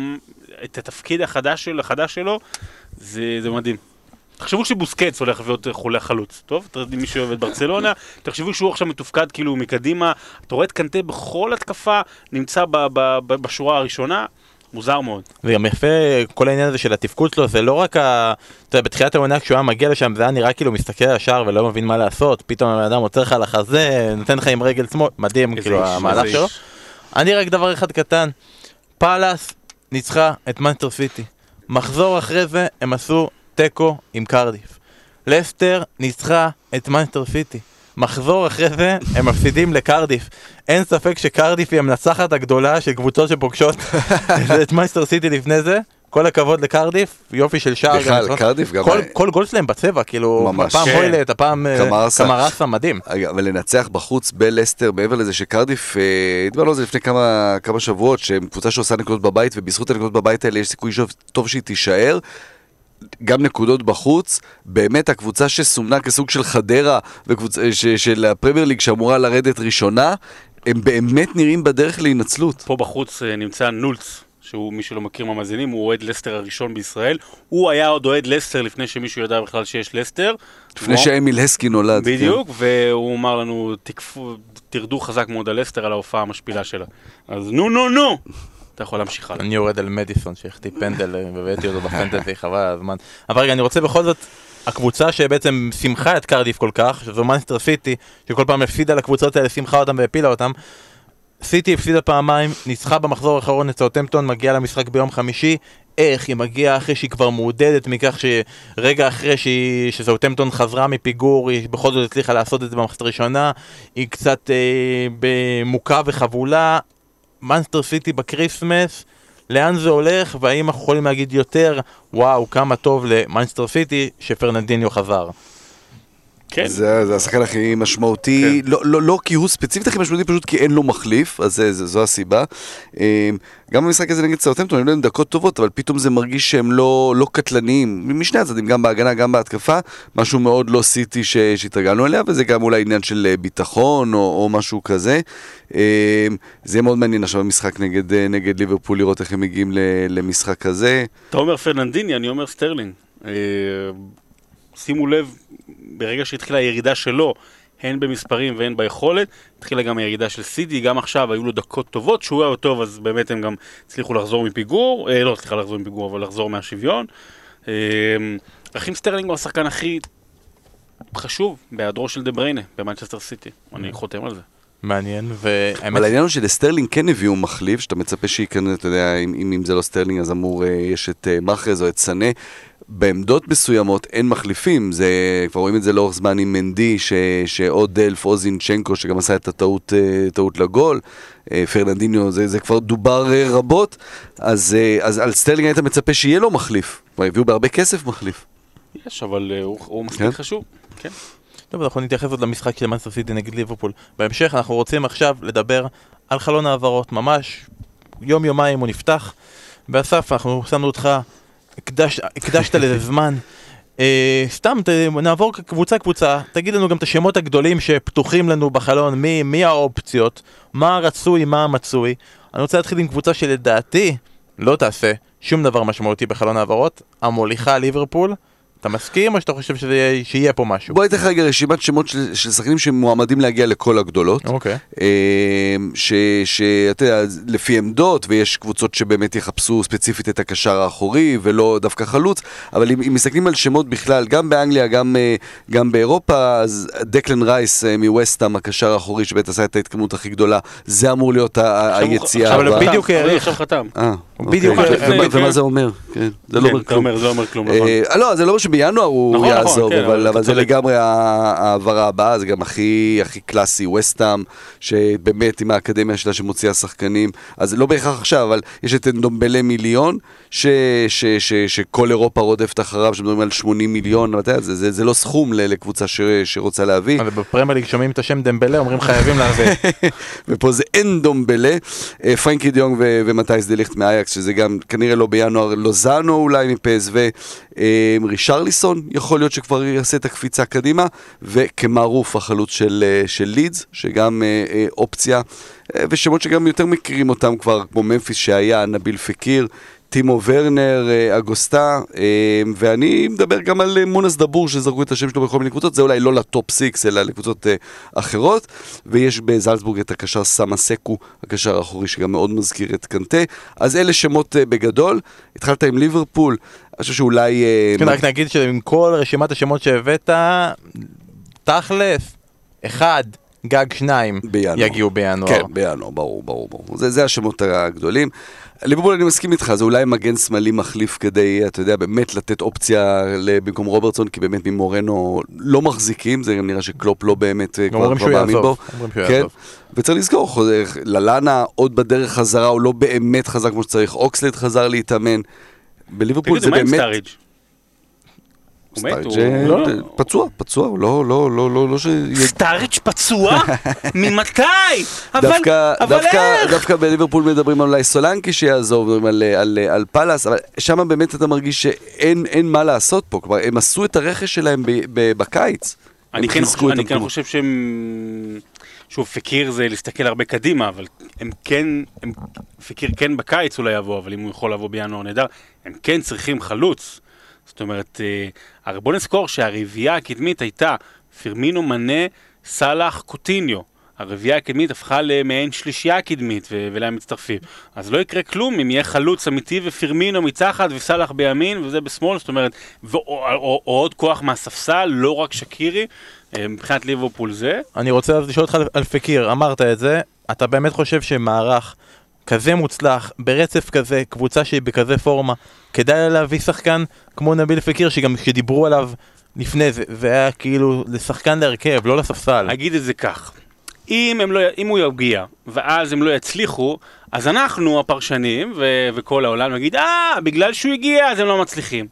את התפקיד החדש שלו, החדש שלו, זה, זה מדהים. תחשבו שבוסקץ הולך להיות חולה חלוץ, טוב? מי שאוהב את ברצלונה, תחשבו שהוא עכשיו מתופקד כאילו מקדימה, אתה רואה את קנטה בכל התקפה, נמצא ב, ב, ב, בשורה הראשונה, מוזר מאוד. וגם יפה, כל העניין הזה של התפקוד שלו, זה לא רק ה... אתה יודע, בתחילת העונה כשהוא היה מגיע לשם, זה היה נראה כאילו מסתכל על השער ולא מבין מה לעשות, פתאום האדם עוצר לך על החזה, נותן לך עם רגל שמאל, מדהים כאילו המהלך שלו. אני רק דבר אחד קטן, פאלאס ניצחה את מנצ'סטר סיטי. מחזור אחרי זה הם עשו טקו עם קרדיף. לסטר ניצחה את מנצ'סטר סיטי. מחזור אחרי זה הם מפסידים לקרדיף. אין ספק שקרדיף היא המנצחת הגדולה של קבוצות שפוגשות את מנצ'סטר סיטי לפני זה. כל הכבוד לקרדיף, יופי של שער. בכלל, קרדיף גם... כל, כל גול שלהם בצבע, כאילו, הפעם הוילט, הפעם קמרסה, מדהים. אבל לנצח בחוץ בלסטר, מעבר לזה שקרדיף, דיברנו על זה לפני כמה, כמה שבועות, שהם קבוצה שעושה נקודות בבית, ובזכות הנקודות בבית האלה יש סיכוי טוב שהיא תישאר. גם נקודות בחוץ, באמת הקבוצה שסומנה כסוג של חדרה של הפרמייר ליג שאמורה לרדת ראשונה, הם באמת נראים בדרך להינצלות. פה בחוץ נמצא נולץ, שהוא מי שלא מכיר מהמאזינים, הוא אוהד לסטר הראשון בישראל, הוא היה עוד אוהד לסטר לפני שמישהו ידע בכלל שיש לסטר. לפני שאמיל הסקי נולד. בדיוק, והוא אמר לנו, תרדו חזק מאוד על לסטר על ההופעה המשפילה שלה. אז נו נו נו! אתה יכול להמשיך הלאה. אני יורד על מדיסון שהחטיא פנדל ובאתי אותו בפנטזי, חבל הזמן. אבל רגע, אני רוצה בכל זאת, הקבוצה שבעצם שמחה את קרדיף כל כך, שזו מנצ'סטר סיטי, שכל פעם הפסידה לקבוצות האלה, שמחה אותם והפילה אותם. סיטי הפסידה פעמיים, ניצחה במחזור האחרון את סאות'המפטון, מגיעה למשחק ביום חמישי. איך היא מגיעה אחרי שהיא כבר מעודדת מכך שרגע אחרי שסאות'המפטון חזרה מפיגור, היא בכל זאת הצליחה לעשות את זה במחצית הראשונה, היא קצת אה, במוכה וחבולה. מנצ'סטר סיטי בקריסמס, לאן זה הולך, והאם אנחנו יכולים להגיד יותר, וואו, כמה טוב למנצ'סטר סיטי שפרננדיניו חזר. כן. זה, זה השחקן הכי משמעותי, כן. לא, לא, לא כי הוא ספציפית הכי משמעותי, פשוט כי אין לו מחליף, אז זה, זה, זו הסיבה. גם במשחק הזה נגד סאות'המפטון, הם לא עם דקות טובות, אבל פתאום זה מרגיש שהם לא, לא קטלניים, משני הצדדים, גם בהגנה, גם בהתקפה, משהו מאוד לא סיטי ש, שהתרגלנו אליה, וזה גם אולי עניין של ביטחון או, או משהו כזה. זה מאוד מעניין עכשיו במשחק נגד, נגד ליברפול, לראות איך הם מגיעים למשחק כזה. אתה אומר פרננדיני, אני אומר סטרלינג. שימו לב, ברגע שהתחילה הירידה שלו, הן במספרים והן ביכולת, התחילה גם הירידה של סיטי, גם עכשיו היו לו דקות טובות, שהוא היה טוב, אז באמת הם גם הצליחו לחזור מפיגור, אה, לא הצליחה לחזור מפיגור, אבל לחזור מהשוויון. אה, רכים סטרלינג הוא השחקן הכי חשוב בהיעדרו של דה בריינה, במנצ'סטר סיטי. אני חותם על זה. מעניין, אבל העניין הוא שלסטרלינג כן הביאו מחליף, שאתה מצפה שייכנס, אתה יודע, אם, אם זה לא סטרלינג, אז אמור, יש את מחרז או את סנה, בעמדות מסוימות אין מחליפים, זה, כבר רואים את זה לאורך זמן עם מנדי, ש, שאו דלף או זינצ'נקו, שגם עשה את הטעות, טעות לגול, פרננדיניו, זה, זה כבר דובר רבות, אז, אז על סטרלינג היית מצפה שיהיה לו מחליף, הביאו בהרבה כסף מחליף. יש, אבל הוא, הוא מספיק חשוב, כן. טוב, אנחנו נתייחס עוד למשחק של מנצ'סטר סיטי נגד ליברפול. בהמשך אנחנו רוצים עכשיו לדבר על חלון העברות, ממש יום יומיים הוא נפתח, ואסף, אנחנו שמנו אותך, הקדש, הקדשת לזה זמן, אה, סתם ת, נעבור קבוצה קבוצה, תגיד לנו גם את השמות הגדולים שפתוחים לנו בחלון, מי, מי האופציות, מה הרצוי, מה המצוי. אני רוצה להתחיל עם קבוצה שלדעתי לא תעשה שום דבר משמעותי בחלון העברות, המוליכה ליברפול, אתה מסכים או שאתה חושב שזה, שיהיה פה משהו? בוא ניתן לך רגע רשימת שמות של, של שחקנים שמועמדים להגיע לכל הגדולות. אוקיי. שאתה יודע, לפי עמדות, ויש קבוצות שבאמת יחפשו ספציפית את הקשר האחורי, ולא דווקא חלוץ, אבל אם, אם מסתכלים על שמות בכלל, גם באנגליה, גם, גם באירופה, אז דקלן רייס מווסטהאם, הקשר האחורי שבאמת עשה את ההתקדמות הכי גדולה, זה אמור להיות היציאה. אבל בדיוק העריך. עכשיו חתם. בדיוק. ומה זה אומר? זה לא אומר כלום. זה אומר כלום. לא, זה לא אומר שבינואר הוא יעזוב, אבל זה לגמרי העברה הבאה, זה גם הכי קלאסי, ווסטהאם, שבאמת עם האקדמיה שלה שמוציאה שחקנים, אז לא בהכרח עכשיו, אבל יש את אנדומבלה מיליון, שכל אירופה רודפת אחריו, שמדברים על שמונים מיליון, זה לא סכום לקבוצה שרוצה להביא. אבל בפרמייר ליג שומעים את השם דמבלה, אומרים חייבים להביא. ופה זה אנדומבלה, פרנקי דיונג ומתייס דה ליכט מאייקס, שזה גם כנראה לא בינואר, לוזאנו אולי מפ אס וי, רישרליסון, יכול להיות שכבר יעשה את הקפיצה קדימה, וכמערוף החלוץ של, של לידס, שגם אה, אופציה, אה, ושמות שגם יותר מכירים אותם כבר, כמו ממפיס שהיה, נביל פקיר, טימו ורנר, אה, אגוסטה, אה, ואני מדבר גם על מונס דבור, שזרקו את השם שלו בכל מיני קבוצות, זה אולי לא לטופ סיקס, אלא לקבוצות אה, אחרות, ויש בזלצבורג את הקשר סמה סקו, הקשר האחורי שגם מאוד מזכיר את קנטה, אז אלה שמות אה, בגדול, התחלת עם ליברפול, אני חושב שאולי... כן, רק נגיד שעם כל רשימת השמות שהבאת, תכלס, אחד, גג שניים, יגיעו בינואר. כן, בינואר, ברור, ברור, ברור. זה, זה השמות הגדולים. ליברפול, אני מסכים איתך, זה אולי מגן שמאלי מחליף כדי, אתה יודע, באמת לתת אופציה במקום רוברטסון, כי באמת ממורנו לא מחזיקים, זה גם נראה שקלופ לא באמת כבר מאמין בו. כן, וצריך לזכור, ללאנה עוד בדרך חזרה, הוא לא באמת חזר כמו שצריך, אוקסלד חזר להתאמן, בליברפול זה באמת... סטאריץ' פצוע, פצוע, לא, לא, לא, לא, לא ש... סטאריץ' פצוע? ממתי? אבל איך? דווקא בליברפול מדברים על אולי סולנקי שיעזוב, על פלאס, אבל שם באמת אתה מרגיש שאין מה לעשות פה, כלומר, הם עשו את הרכש שלהם בקיץ. אני כן חושב שהם... שוב, פקיר זה להסתכל הרבה קדימה, אבל הם כן, פקיר כן בקיץ אולי יבוא, אבל אם הוא יכול לבוא בינואר נהדר, הם כן צריכים חלוץ. זאת אומרת, הרי בוא נזכור שהרביעייה הקדמית הייתה פירמינו, מנה, סלאח, קוטיניו. הרביעייה הקדמית הפכה למעין שלישייה הקדמית ולהם מצטרפים. אז לא יקרה כלום אם יהיה חלוץ אמיתי ופירמינו מצחת וסלאח בימין וזה בשמאל, זאת אומרת, או, או, או, או עוד כוח מהספסל, לא רק שקירי, מבחינת ליברפול זה. אני רוצה לשאול אותך על פקיר, אמרת את זה, אתה באמת חושב שמערך כזה מוצלח, ברצף כזה, קבוצה שהיא בכזה פורמה, כדאי להביא שחקן כמו נביל פקיר, שגם שדיברו עליו לפני זה, זה היה כאילו לשחקן להרכב, לא לספסל. אגיד את זה כך, אם, הם לא, אם הוא יגיע, ואז הם לא יצליחו, אז אנחנו הפרשנים ו- וכל העולם נגיד, אה, בגלל שהוא הגיע, אז הם לא מצליחים.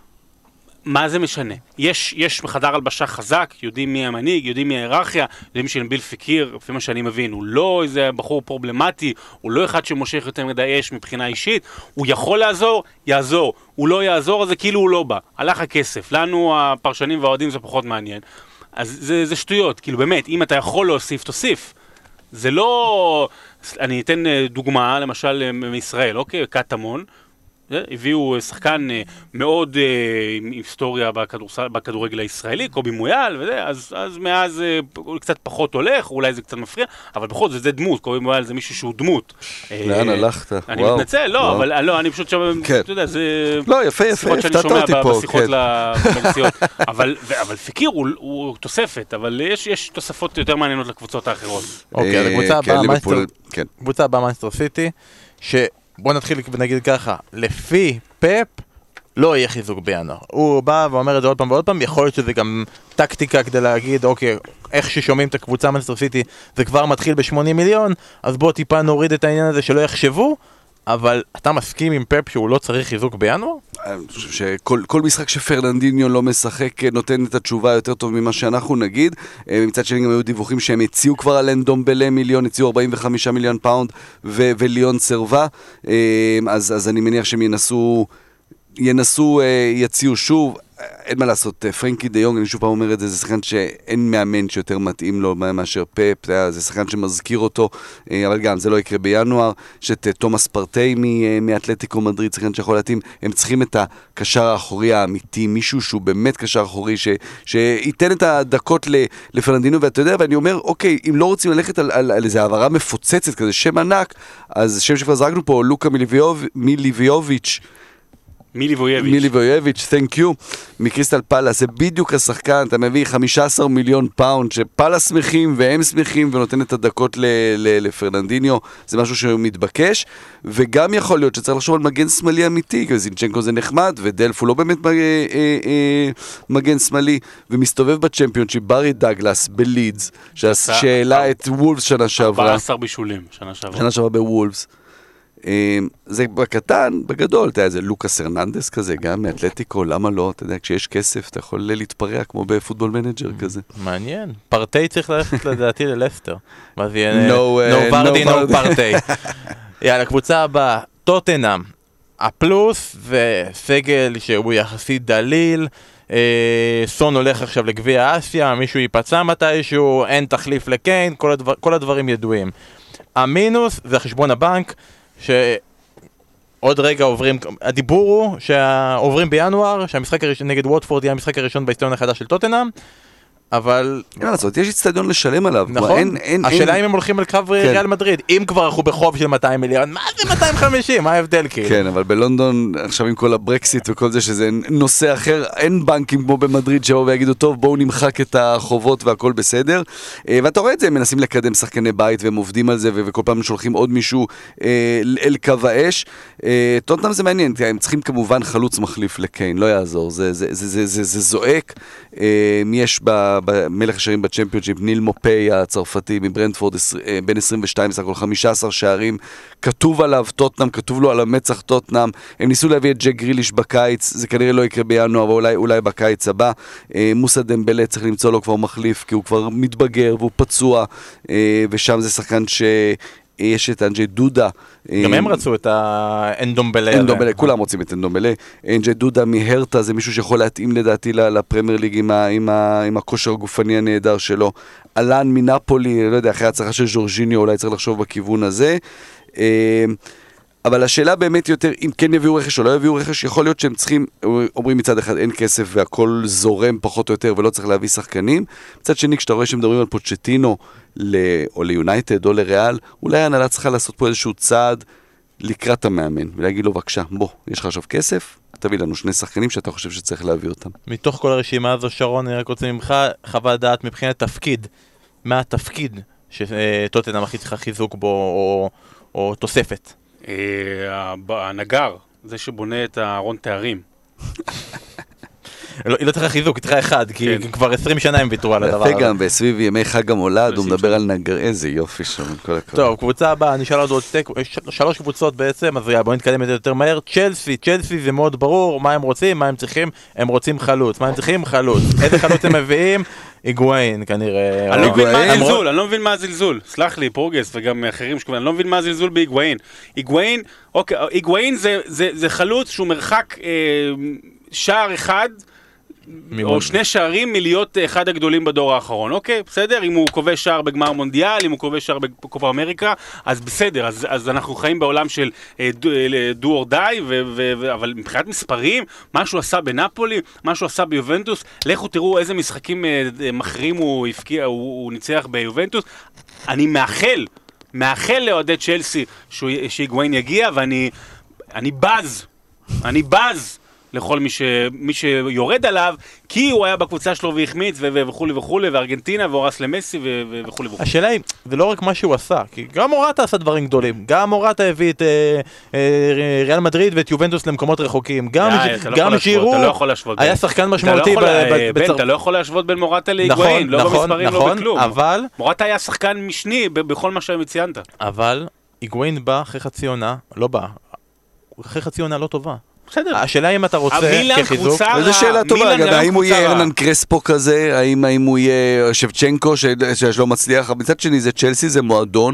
מה זה משנה? יש, יש בחדר הלבשה חזק, יודעים מי המנהיג, יודעים מי ההיררכיה, יודעים שנביל פקיר, לפי מה שאני מבין, הוא לא איזה בחור פרובלמטי, הוא לא אחד שמושך יותר מדי אש מבחינה אישית, הוא יכול לעזור, יעזור, הוא לא יעזור, אז זה כאילו הוא לא בא, הלך הכסף, לנו הפרשנים והאוהדים זה פחות מעניין, אז זה, זה שטויות, כאילו באמת, אם אתה יכול להוסיף, תוסיף, זה לא, אני אתן דוגמה, למשל מישראל, אוקיי, קטמון, הביאו שחקן מאוד עם היסטוריה בכדורגל הישראלי, קובי מויאל וזה, אז, אז מאז הוא קצת פחות הולך, אולי זה קצת מפריע, אבל בכל זאת זה דמות, קובי מויאל זה מישהו שהוא דמות. לאן הלכת? אני מתנצל, לא, אבל לא, אני פשוט שם, אתה יודע, זה... לא, יפה, יפה, הפתעת אותי פה, בשיחות לפנסיעות, אבל פקיר הוא תוספת, אבל יש תוספות יותר מעניינות לקבוצות האחרות. אוקיי, הקבוצה הבאה מנסטר סיטי, ש... בוא נתחיל ונגיד ככה, לפי פפ לא יהיה חיזוק בינואר. הוא בא ואומר את זה עוד פעם ועוד פעם, יכול להיות שזה גם טקטיקה כדי להגיד, אוקיי, איך ששומעים את הקבוצה מנסטר סיטי זה כבר מתחיל ב-שמונים מיליון, אז בוא טיפה נוריד את העניין הזה שלא יחשבו, אבל אתה מסכים עם פפ שהוא לא צריך חיזוק בינואר? אני חושב שכל משחק שפרננדיניו לא משחק נותן את התשובה יותר טוב ממה שאנחנו נגיד. מצד שני גם היו דיווחים שהם הציעו כבר על אנדומבלה מיליון, הציעו ארבעים וחמישה מיליון פאונד וליון סרבה, אז אני מניח שהם ינסו, ינסו, יציעו שוב. אין מה לעשות, פרנקי דה יונג, אני שוב פעם אומר את זה, זה שחקן שאין מאמן שיותר מתאים לו מאשר פאפ, זה שחקן שמזכיר אותו, אבל גם זה לא יקרה בינואר, יש את תומאס פרטי מאתלטיקו מדריד, שחקן שיכול להתאים, הם צריכים את הקשר האחורי האמיתי, מישהו שהוא באמת קשר אחורי, שייתן את הדקות לפרננדינו, ואתה יודע, ואני אומר, אוקיי, אם לא רוצים ללכת על איזו העברה מפוצצת, כזה שם ענק, אז שם שכבר זרקנו פה, לוקה מיליביוביץ', מיליבויביץ'. מיליבויביץ', thank you, מקריסטל פלאס, זה בדיוק השחקן, אתה מביא חמישה עשר מיליון פאונד, שפלאס שמחים והם שמחים, ונותן את הדקות לפרננדיניו, זה משהו שהוא מתבקש, וגם יכול להיות שצריך לחשוב על מגן שמאלי אמיתי, כי זינצ'נקו זה נחמד, ודלף הוא לא באמת מגן שמאלי, ומסתובב בצ'מפיונשיפ, ברי דאגלס בלידס, שהעלה את וולפס שנה שעברה. ארבעה עשר בישולים, שנה שעברה. שנה שעברה בוולפס. זה בקטן, בגדול, אתה יודע, זה לוקאס הרננדס כזה, גם מאתלטיקו, למה לא? אתה יודע, כשיש כסף, אתה יכול להתפרע כמו בפוטבול מנג'ר כזה. מעניין. פרטי צריך ללכת לדעתי ללסטר. מה זה יהיה? נו ורדי, נו פרטי. יאללה, קבוצה הבאה, טוטנהאם. הפלוס וסגל שהוא יחסית דליל. סון הולך עכשיו לגביע אסיה, מישהו ייפצע מתישהו, אין תחליף לקיין, כל הדברים ידועים. המינוס זה חשבון הבנק, שעוד רגע עוברים, הדיבור הוא שעוברים בינואר, שהמשחק הראשון נגד ווטפורד יהיה המשחק הראשון באצטדיון החדש של טוטנהאם, אבל... אין מה לעשות, יש אצטדיון לשלם עליו. נכון, השאלה אם הם הולכים על קו ריאל מדריד, אם כבר אנחנו בחוב של מאתיים מיליון, מה זה מאתיים וחמישים? מה ההבדל כאילו? כן, אבל בלונדון, עכשיו עם כל הברקסיט וכל זה, שזה נושא אחר, אין בנקים כמו במדריד שבו ויגידו, טוב, בואו נמחק את החובות והכל בסדר. ואתה רואה את זה, הם מנסים לקדם שחקני בית, והם עובדים על זה, וכל פעם שולחים עוד מישהו אל קו האש. טוטנהאם זה מעניין, הם צריכים כמובן חלוץ מחליף לקיין, לא יעזור, זה זועק. יש במלך השערים בצ'מפיונשיפ, ניל מופי הצרפתי מברנדפורד, בין עשרים ושתיים, סך הכל חמישה עשר שערים, כתוב עליו טוטנהאם, כתוב לו על המצח טוטנהאם, הם ניסו להביא את ג'ק גריליש בקיץ, זה כנראה לא יקרה בינואר, אבל אולי, אולי בקיץ הבא. מוסא דמבלה צריך למצוא לו כבר מחליף, כי הוא כבר מתבגר והוא פצוע, ושם זה שחקן ש... יש את אנג'י דודה. גם הם רצו את האנדומבלה. אנדומבלה, כולם רוצים את אנדומבלה. אנג'י דודה מהרטה, זה מישהו שיכול להתאים לדעתי לפרמייר ליג עם, עם, עם הכושר הגופני הנהדר שלו. אלן מנפולי, לא יודע, אחרי הצלחה של ז'ורג'יניו, אולי צריך לחשוב בכיוון הזה. אבל השאלה באמת יותר, אם כן יביאו רכש או לא יביאו רכש, יכול להיות שהם צריכים, אומרים מצד אחד אין כסף והכל זורם פחות או יותר ולא צריך להביא שחקנים. מצד שני, כשאתה רואה שמדברים על פוצ'טינו, או ליונייטד או לריאל, אולי ההנהלה צריכה לעשות פה איזשהו צעד לקראת המאמן, ולהגיד לו, בבקשה, בוא, יש לך עכשיו כסף, תביא לנו שני שחקנים שאתה חושב שצריך להביא אותם. מתוך כל הרשימה הזו, שרון, אני רק רוצה ממך חוות דעת מבחינת תפקיד, מה התפקיד שטוטנהאם הכי צריכה חיזוק בו, או, או תוספת? הנגר, זה שבונה את הארון תארים. היא לא צריכה חיזוק, היא צריכה אחד, כי כבר עשרים שנה הם ויתרו על הדבר הזה. וגם בסביב ימי חג המולד, הוא מדבר על נגר, איזה יופי שם, כל הכבוד. טוב, קבוצה הבאה, אני שאלה עוד שלוש קבוצות בעצם, אז בואו נתקדם את זה יותר מהר. צ'לסי, צ'לסי זה מאוד ברור, מה הם רוצים, מה הם צריכים, הם רוצים חלוץ, מה הם צריכים? חלוץ. איזה חלוץ הם מביאים? היגואין כנראה. אני לא מבין מה הזלזול, אני לא מבין מה הזלזול. סלח לי, פורגס וגם אחרים שקוראים, אני לא מבין מה הזלזול בהיגואין. היגואין, אוקיי, היגואין זה חלוץ שהוא מרחק שער אחד או שני שערים מלהיות אחד הגדולים בדור האחרון, אוקיי? בסדר? אם הוא כובש שער בגמר מונדיאל, אם הוא כובש שער בקופה אמריקה, אז בסדר, אז, אז אנחנו חיים בעולם של דו אור די, אבל מבחינת מספרים, מה שהוא עשה בנפולי, מה שהוא עשה ביובנטוס, לכו תראו איזה משחקים מחרים הוא הפקיע, הוא, הוא ניצח ביובנטוס. אני מאחל, מאחל לאוהדי צ'לסי שהיגואין יגיע, ואני אני בז, אני בז. לכל מי, ש... מי שיורד עליו, כי הוא היה בקבוצה שלו והחמיץ וכו' וכו', וארגנטינה והורס למסי וכו' וכו'. השאלה היא, זה לא רק מה שהוא עשה, כי גם מורטה עשה דברים גדולים, גם מורטה הביא את אה, אה, ריאל מדריד ואת יובנטוס למקומות רחוקים, גם, די, גם שירו לא היה שחקן משמעותי. אתה לא יכול, ב... בן, בצר... אתה לא יכול להשוות בין מורטה להיגואין, נכון, לא נכון, במספרים, נכון, לא בכלום. אבל... מורטה היה שחקן משני בכל מה שציינת. אבל היגואין בא אחרי חצי עונה, לא בא, אחרי חצי עונה לא טובה. בסדר. השאלה אם אתה רוצה מילאן כחיזוק. קבוצה רעה. וזו שאלה טובה, מילאן אגב, היום האם הוא קבוצה יהיה רעה. ארנן קרספו כזה, האם האם הוא יהיה שבצ'נקו, ש- שלא מצליח, אבל מצד שני זה צ'לסי, זה מועדון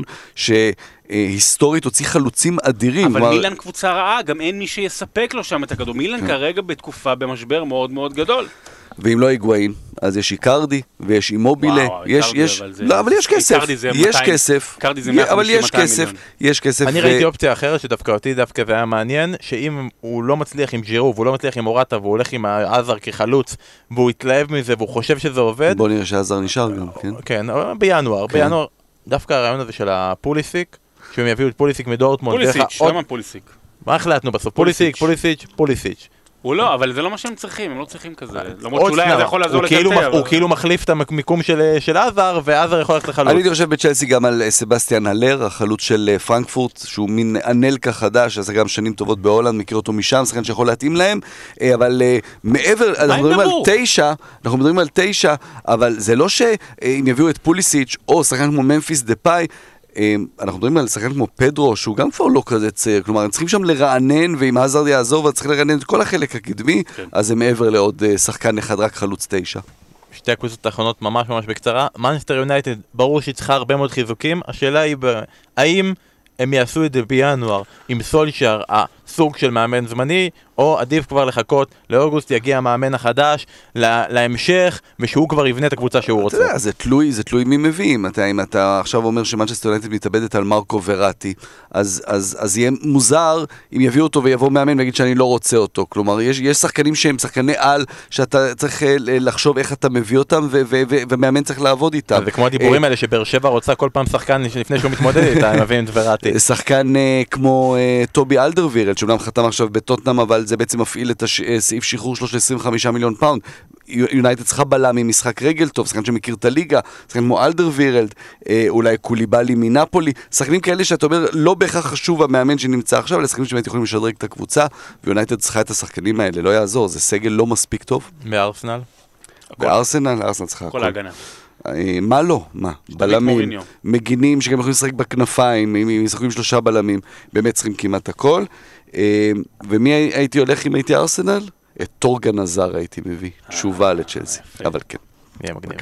שהיסטורית הוציא חלוצים אדירים. אבל כלומר, מילאן קבוצה רעה, גם אין מי שיספק לו שם את הכדור. מילאן כרגע בתקופה במשבר מאוד מאוד גדול. ואם לא היגואין, אז יש איקרדי ויש אימובילה, וואו, יש, איקרדי, יש, אבל זה- לא, אבל יש כסף, איקרדי זה יש מאתיים, כסף, איקרדי זה יה- מאה אבל חמישים, יש מאתיים כסף, מיליון. יש כסף, אני ו- ראיתי אופציה אחרת שדווקא אותי דווקא זה היה מעניין, שאם הוא לא מצליח עם ג'ירו והוא לא מצליח עם אורטה והוא הולך עם עזר כחלוץ והוא התלהב מזה והוא חושב שזה עובד, בוא נראה שעזר נשאר גם, כן? כן, בינואר, כן. בינואר, דווקא הרעיון הזה של הפוליסיק, שהם יביאו את פוליסיק מדורטמונד, דרך פוליסיץ', העוד- למה פוליסיק? מה החלטנו בסוף? פוליסיק, פוליסיץ', פוליסיץ'. הוא לא, אבל זה לא מה שהם צריכים, הם לא צריכים כזה. למרות עוד שאולי שניה, זה יכול לעזור הוא כאילו לטלטל. מח- הוא כאילו מחליף את המיקום של של עזר, ועזר יכול ללכת לחלוץ. אני הייתי חושב בצ'לסי גם על אה, סבסטיאן הלר, החלוץ של אה, פרנקפורט, שהוא מין אנלקה חדש, עשה גם שנים טובות בהולנד, מכיר אותו משם, שחקן שיכול להתאים להם, אה, אבל אה, מעבר, אנחנו מדברים על דבור? תשע, אנחנו מדברים על תשע, אבל זה לא שאם יביאו את פוליסיץ' או שחקן כמו ממפיס דפאי, אנחנו מדברים על שחקן כמו פדרו, שהוא גם כבר לא כזה צעיר, כלומר, הם צריכים שם לרענן, ואם הזרד יעזור, וצריך לרענן את כל החלק הקדמי, כן. אז זה מעבר לעוד אה, שחקן אחד, רק חלוץ תשע. שתי הקבוצות האחרונות ממש ממש בקצרה. מנצ'סטר יונייטד, ברור שהיא צריכה הרבה מאוד חיזוקים. השאלה היא, ב... האם הם יעשו את זה בינואר עם סולשר, הסוג של מאמן זמני, או עדיף כבר לחכות לאוגוסט, יגיע המאמן החדש לה... להמשך, ושהוא כבר יבנה את הקבוצה שהוא רוצה. אתה יודע, זה תלוי, זה תלוי מי מביאים. אתה, אם אתה עכשיו אומר שמנצ'סטר יונייטד מתאבדת על מרקו וראטי, אז, אז, אז יהיה מוזר אם יביאו אותו ויבוא מאמן ויגיד שאני לא רוצה אותו. כלומר, יש, יש שחקנים שהם שחקני על, שאתה צריך לחשוב איך אתה מביא אותם, ו- ו- ו- ומאמן צריך לעבוד איתם. זה כמו הדיבורים האלה שבאר שבע רוצה כל פעם שחקן לפני שהוא מתמודד איתה, הם מביאים את וראטי. שחקן כמו טובי אלדרווירלד, שאומנם חתם עכשיו בטוטנאם, אבל זה בעצם מפעיל את סעיף שחרור שלו של עשרים וחמישה מיליון פאונד. יונייטד צריכה בלם עם משחק רגל טוב, שחקן שמכיר את הליגה, שחקן כמו אלדרווירלד, אולי קוליבאלי מנפולי, שחקנים כאלה שאתה אומר, לא בהכרח חשוב המאמן שנמצא עכשיו, אלא שחקנים שבאמת יכולים לשדרג את הקבוצה, ויונייטד צריכה את השחקנים האלה, לא יעזור, זה סגל לא מספיק טוב. בארסנל? בארסנל, ארסנל צריכה כל ההגנה. מה לא? מה? בלמים, מגינים שגם יכולים לשחק בכנפיים, אם משחקים שלושה בלמים, באמת צריכים כמעט הכל. ומי הייתי הולך אם הייתי ארסנל? את טורגן עזר הייתי מביא, תשובה לצ'לסי, אבל כן. יהיה מגניב.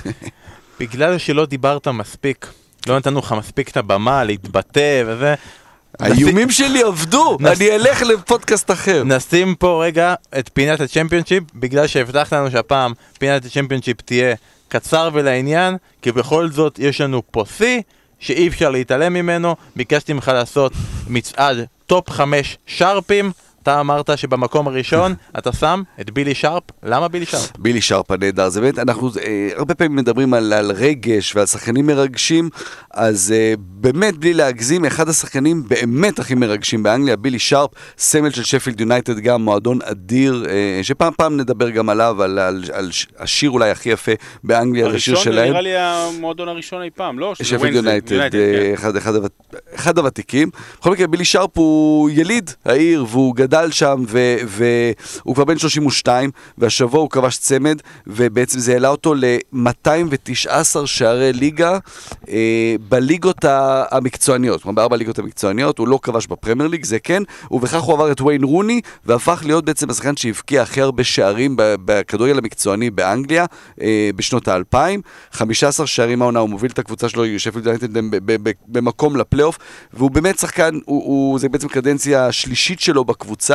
בגלל שלא דיברת מספיק, לא נתנו לך מספיק את הבמה להתבטא וזה, האיומים שלי עבדו, אני אלך לפודקאסט אחר. נשים פה רגע את פינת הצ'מפיונשיפ, בגלל שהבטחת לנו שהפעם פינת הצ'מפיונשיפ תהיה קצר ולעניין, כי בכל זאת יש לנו פה סי שאי אפשר להתעלם ממנו. ביקשתי ממך לעשות מצעד טופ חמש שרפים. אתה אמרת שבמקום הראשון אתה שם את בילי שרפ. למה בילי שרפ? בילי שרפ הנהדר, זה באמת, אנחנו אה, הרבה פעמים מדברים על, על רגש ועל שחקנים מרגשים, אז אה, באמת בלי להגזים, אחד השחקנים באמת הכי מרגשים באנגליה, בילי שרפ, סמל של שפילד יונייטד, גם מועדון אדיר, אה, שפעם פעם נדבר גם עליו, על, על, על השיר אולי הכי יפה באנגליה, זה שיר שלהם. הראשון נראה לי המועדון הראשון אי פעם, לא? שפילד יונייטד, אה, אחד, אחד, אחד הוותיקים. בכל מקרה, בילי שרפ הוא יליד העיר, והוא גדל שם, והוא כבר בן שלושים ושתיים, והשבוע הוא כבש צמד, ובעצם זה העלה אותו ל-מאתיים ותשע עשרה שערי ליגה אה, בליגות המקצועניות, כלומר בארבע ליגות המקצועניות, הוא לא כבש בפרמייר ליג, זה כן, ובכך הוא עבר את ויין רוני, והפך להיות בעצם השחקן שהבקיע הכי הרבה שערים בכדורגל המקצועני באנגליה, אה, בשנות האלפיים, חמישה עשר שערים העונה, הוא מוביל את הקבוצה שלו, שפילד יונייטד במקום לפלייאוף, והוא באמת שחקן, הוא, הוא, זה בעצם קדנציה השלישית שלו בקבוצה,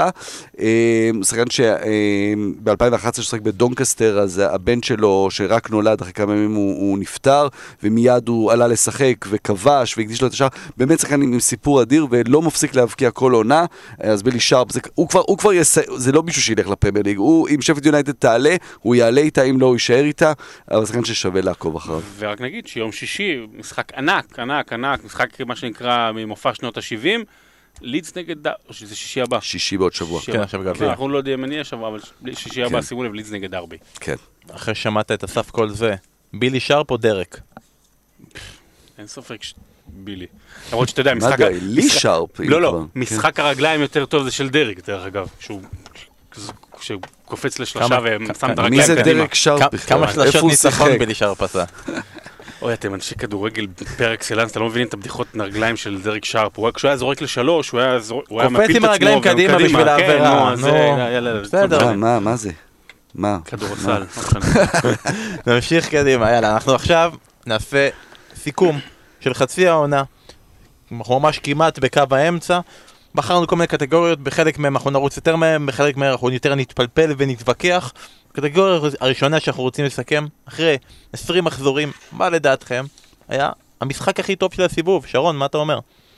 שחקן שב-אלפיים ואחת עשרה ששחק בדונקסטר, אז הבן שלו שרק נולד אחרי כמה ימים הוא, הוא נפטר, ומיד הוא עלה לשחק וכבש והקדיש לו את השאר, באמת שחקן עם סיפור אדיר ולא מפסיק להבקיע כל עונה. אז בילי שרפ, זה, הוא כבר, הוא כבר יס... זה לא מישהו שילך לפרמייר ליג, הוא, אם שפילד יונייטד תעלה, הוא יעלה איתה, אם לא הוא יישאר איתה, אבל שחקן ששווה לעקוב אחריו. ורק נגיד שיום שישי, משחק ענק, ענק, ענק, משחק מה שנקרא ממופע שנות ה-שבעים, לידס נגד, או שזה שישי הבא. שישי בעוד שבוע. כן, עכשיו גלתי. אנחנו לא יודעים מי השבוע, אבל שישי הבא, שימו לב, לידס נגד דרבי. כן. אחרי ששמעת את הסף כל זה, בילי שרפ או דרק? אין סופק בילי. למרות שאתה יודע, משחק... לי שרפ. לא, לא, משחק הרגליים יותר טוב זה של דרק, דרך אגב. כשהוא קופץ לשלושה ושם את הרגליים מי זה קדימה. דרק שרפ בכלל? כמה שלשות ניצחון בילי שרפ עשה? אוי, אתם אנשי כדורגל פר אקסלנס, אתה לא מבינים את הבדיחות נרגליים של דריק שרפ, כשהוא היה זורק לשלוש, הוא היה קופץ עם הרגליים קדימה בשביל העבירה. בסדר. מה, מה זה? מה? כדורסל. נמשיך קדימה, יאללה, אנחנו עכשיו נעשה סיכום של חצי העונה, אנחנו ממש כמעט בקו האמצע, בחרנו כל מיני קטגוריות, בחלק מהם אנחנו נרוץ יותר מהם, בחלק מהם אנחנו יותר נתפלפל ונתווכח. הקטגוריה הראשונה שאנחנו רוצים לסכם, אחרי עשרים מחזורים, מה לדעתכם היה המשחק הכי טוב של הסיבוב? שרון, מה אתה אומר?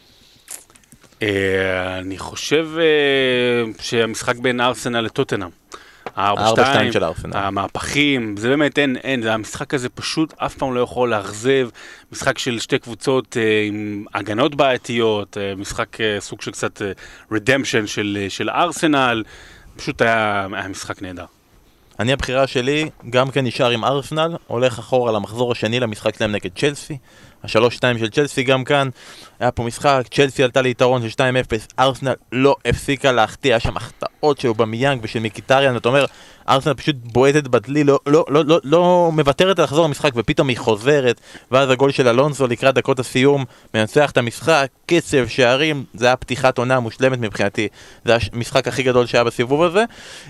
אני חושב שהמשחק בין ארסנל לטוטנהאם, ארבע שתיים של ארסנל, המהפכים, זה באמת אין, אין, המשחק הזה פשוט אף פעם לא יכול להחזב, משחק של שתי קבוצות עם הגנות בעייתיות, משחק סוג של קצת רדמפשן של, של ארסנל, פשוט היה, היה משחק נהדר. אני הבחירה שלי גם כן נשאר עם ארסנל, הולך אחורה למחזור השני למשחק שלהם נגד צ'לסי, השלוש שתיים של צ'לסי גם כאן, היה פה משחק, צ'לסי עלתה ליתרון של שתיים אפס, ארסנל לא הפסיקה להחטיא, היה שם החטאות של אובמיאנג ושל מיקיטריאן, ואתה אומר, ארסנל פשוט בועטת בדלי, לא, לא, לא, לא, לא מוותרת על לחזור למשחק, ופתאום היא חוזרת, ואז הגול של אלונסו לקראת דקות הסיום, מנצח את המשחק, קצב, שערים, זה היה פתיחת עונה מושלמת מבחינתי, זה המשחק הכי גדול שהיה בסיבוב הזה,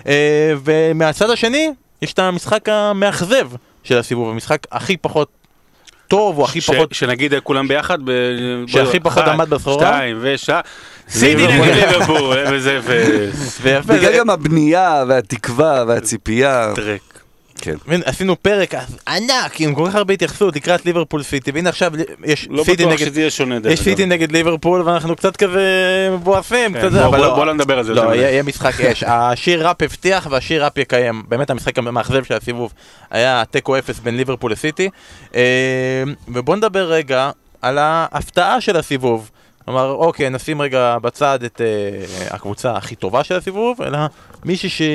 ומהצד השני, יש את המשחק המאכזב של הסיבוב, המשחק הכי פחות טוב, או הכי פחות... שנגיד כולם ביחד, שהכי פחות עמד בסחורה. שתיים ושעה. סיטי נגד ליברפול, וזה ו... בגלל גם הבנייה והתקווה והציפייה. טרק. כן. עשינו פרק ענק עם כל כך הרבה התייחסות לקראת ליברפול סיטי, והנה עכשיו יש סיטי נגד... שזה יהיה שונה. יש סיטי נגד ליברפול, ואנחנו קצת כזה מבואפים. בוא לא נדבר על זה. לא, יהיה משחק אש. השיר ראפ הבטיח והשיר ראפ יקיים. באמת המשחק המאכזב של הסיבוב היה תיקו אפס בין ליברפול לסיטי. ובוא נדבר רגע על ההפתעה של הסיבוב. כלומר, אוקיי, נשים רגע בצד את הקבוצה הכי טובה של הסיבוב, אלא מישהי ש...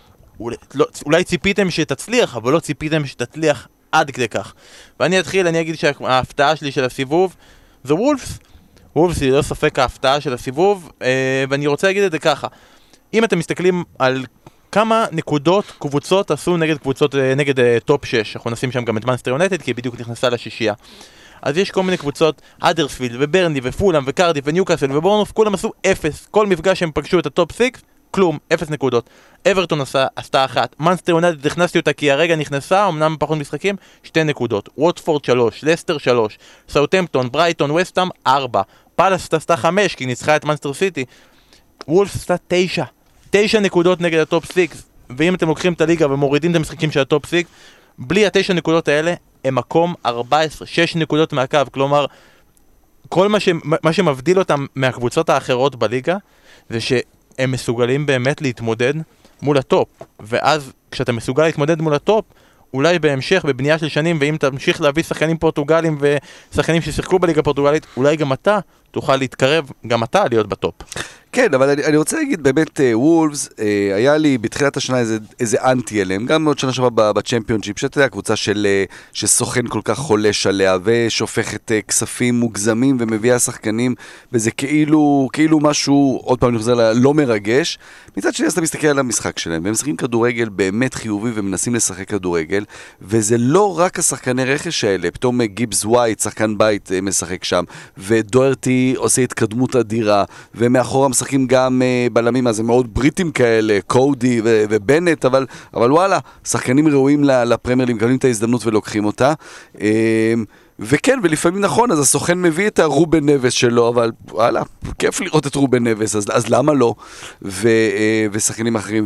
אולי ציפיתם שתצליח, אבל לא ציפיתם שתצליח עד כדי כך. ואני אתחיל, אני אגיד שההפתעה שלי של הסיבוב זה וולפס. וולפס היא לא ספק ההפתעה של הסיבוב, ואני רוצה להגיד את זה ככה. אם אתם מסתכלים על כמה נקודות קבוצות עשו נגד קבוצות, נגד טופ שש, אנחנו נשים שם גם את מנסטר יונייטד, כי היא בדיוק נכנסה לשישייה. אז יש כל מיני קבוצות, האדרספילד וברנלי ופולאם וקרדיף וניוקאסל ובורנמות', כולם עשו אפס. כל מפגש שהם פגשו את הטופ שש, כלום, אפס נקודות. אברטון עשה, עשתה אחת. מנסטר יונייטד, הכנסתי אותה כי הרגע נכנסה, אמנם פחות משחקים, שתי נקודות. ווטפורד שלוש, לסטר שלוש, סאות'המפטון, ברייטון, וסטהאם ארבע. פאלאס עשתה חמש, כי ניצחה את מנסטר סיטי. וולפס עשתה תשע. תשע נקודות נגד הטופ שש. ואם אתם לוקחים את הליגה ומורידים את המשחקים של הטופ שש, בלי התשע נקודות האלה, הם מקום ארבע עשרה, שש נקודות מהקו. כלומר, כל מה, ש... מה שמבדיל אותם מהקבוצות האחרות בליגה, זה ש... הם מסוגלים באמת להתמודד מול הטופ, ואז כשאתה מסוגל להתמודד מול הטופ, אולי בהמשך, בבנייה של שנים, ואם תמשיך להביא שחקנים פורטוגלים ושחקנים ששיחקו בליגה פורטוגלית, אולי גם אתה תוכל להתקרב, גם אתה להיות בטופ. כן, אבל אני, אני רוצה להגיד, באמת, וולפס, אה, היה לי בתחילת השנה איזה, איזה אנטי אליהם, גם עוד שנה שעברה בצ'מפיונשיפ, שאתה יודע, קבוצה של, שסוכן כל כך חולש עליה, ושופכת אה, כספים מוגזמים, ומביאה שחקנים, וזה כאילו, כאילו משהו, עוד פעם אני חוזר לה, לא מרגש. מצד שני, אז אתה מסתכל על המשחק שלהם, והם משחקים כדורגל באמת חיובי, ומנסים לשחק כדורגל, וזה לא רק השחקני רכש האלה, פתאום גיבס ווייט, שחקן בית, משחק שם, ודוארטי עושה התקדמות אדירה, ומאחורה משחקים גם uh, בלמים, אז הם מאוד בריטים כאלה, קודי ו- ובנט, אבל, אבל וואלה, שחקנים ראויים לפרמייר ליג, מקבלים את ההזדמנות ולוקחים אותה. Uh, וכן, ולפעמים נכון, אז הסוכן מביא את הרובן נבס שלו, אבל וואלה, כיף לראות את רובן נבס, אז, אז למה לא? ו, uh, ושחקנים אחרים,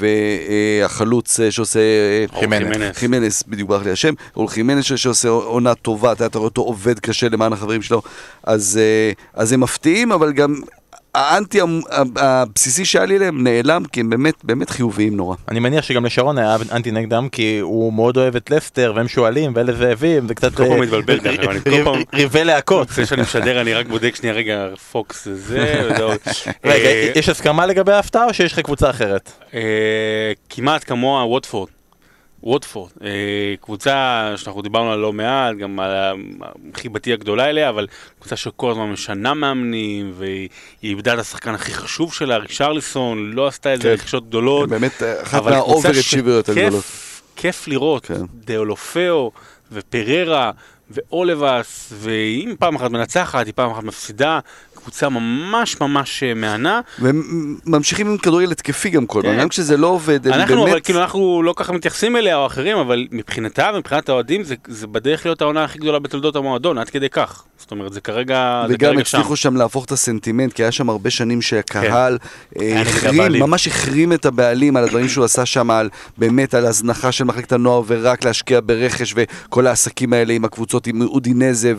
והחלוץ uh, שעושה... חימנס. חימנס, בדיוק ברח לי השם, אול חימנס שעושה עונה טובה, אתה רואה אותו עובד קשה למען החברים שלו, אז, uh, אז הם מפתיעים, אבל גם... האנטי הבסיסי שהיה לי להם נעלם, כי הם באמת, באמת חיוביים נורא. אני מניח שגם לשרון היה אנטי נגדם, כי הוא מאוד אוהב את לסטר, והם שואלים, ואלה זאבים, זה קצת... כל פעם מתבלבל ככה, אני כל פעם... ריבי להקות. זה שאני משדר, אני רק בודק שנייה רגע, פוקס זה, וזהו. רגע, יש הסכמה לגבי ההפתעה, או שיש לך קבוצה אחרת? כמעט כמוה ווטפורד. ווטפורד, קבוצה שאנחנו דיברנו על לא מעט, גם על החיבתי הגדולה אליה, אבל קבוצה שכל הזמן משנה מאמנים, והיא איבדה את השחקן הכי חשוב שלה, רישרליסון, לא עשתה איזה רכישות גדולות. באמת, אחת מהאובר אצ'יבריות הגדולות. כיף לראות, דאולופאו ופררה, ואולבס, ואם פעם אחת מנצחת, היא פעם אחת מפסידה, קבוצה ממש ממש מענה. וממשיכים עם כדורגל התקפי גם כל פעם, גם כשזה לא עובד, הם אנחנו, באמת... אבל כאילו אנחנו לא ככה מתייחסים אליה או אחרים, אבל מבחינתה ומבחינת האוהדים, זה, זה בדרך להיות העונה הכי גדולה בתולדות המועדון, עד כדי כך. זאת אומרת, זה כרגע, זה כרגע וגם שם. הצליחו שם להפוך את הסנטימנט, כי היה שם הרבה שנים שהקהל החרים, ממש החרים את הבעלים על הדברים שהוא עשה שם, על באמת על הזנחה של מחלקת הנוער, ורק להשקיע ברכש, וכל העסקים האלה עם הקבוצות, עם אודינזה,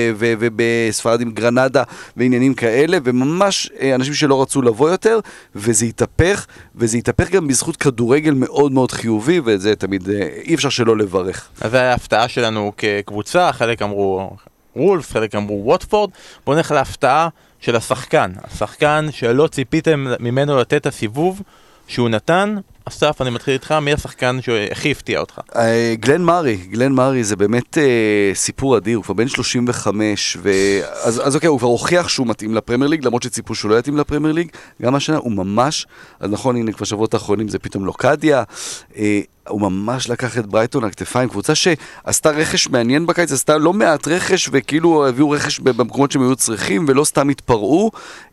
ובספרד עם גרנדה, ועניינים כאלה, וממש אנשים שלא רצו לבוא יותר, וזה יתהפך, וזה יתהפך גם בזכות כדורגל מאוד מאוד חיובי, וזה תמיד אי אפשר שלא לברך. אז זה היה ההפתעה שלנו כקבוצה, חלק אמרו וולף, חלק אמרו ווטפורד. בואו נלך להפתעה של השחקן, השחקן שלא ציפיתם ממנו לתת את הסיבוב שהוא נתן. אסף, אני מתחיל איתך, מי השחקן שהכי הפתיע אותך? גלן מארי, גלן מארי זה באמת סיפור אדיר, הוא כבר בן שלושים וחמש, אז אוקיי, הוא כבר הוכיח שהוא מתאים לפרמייר ליג, למרות שציפו שהוא לא יתאים לפרמייר ליג, גם השנה הוא ממש, אז נכון, הנה כבר שבועות האחרונים זה פתאום לוקדיה, הוא ממש לקח את ברייטון על כתפיים, קבוצה שעשתה רכש מעניין בקיץ, עשתה לא מעט רכש, וכאילו הביאו רכש במקומות שהם היו צריכים, ולא סתם התפרעו,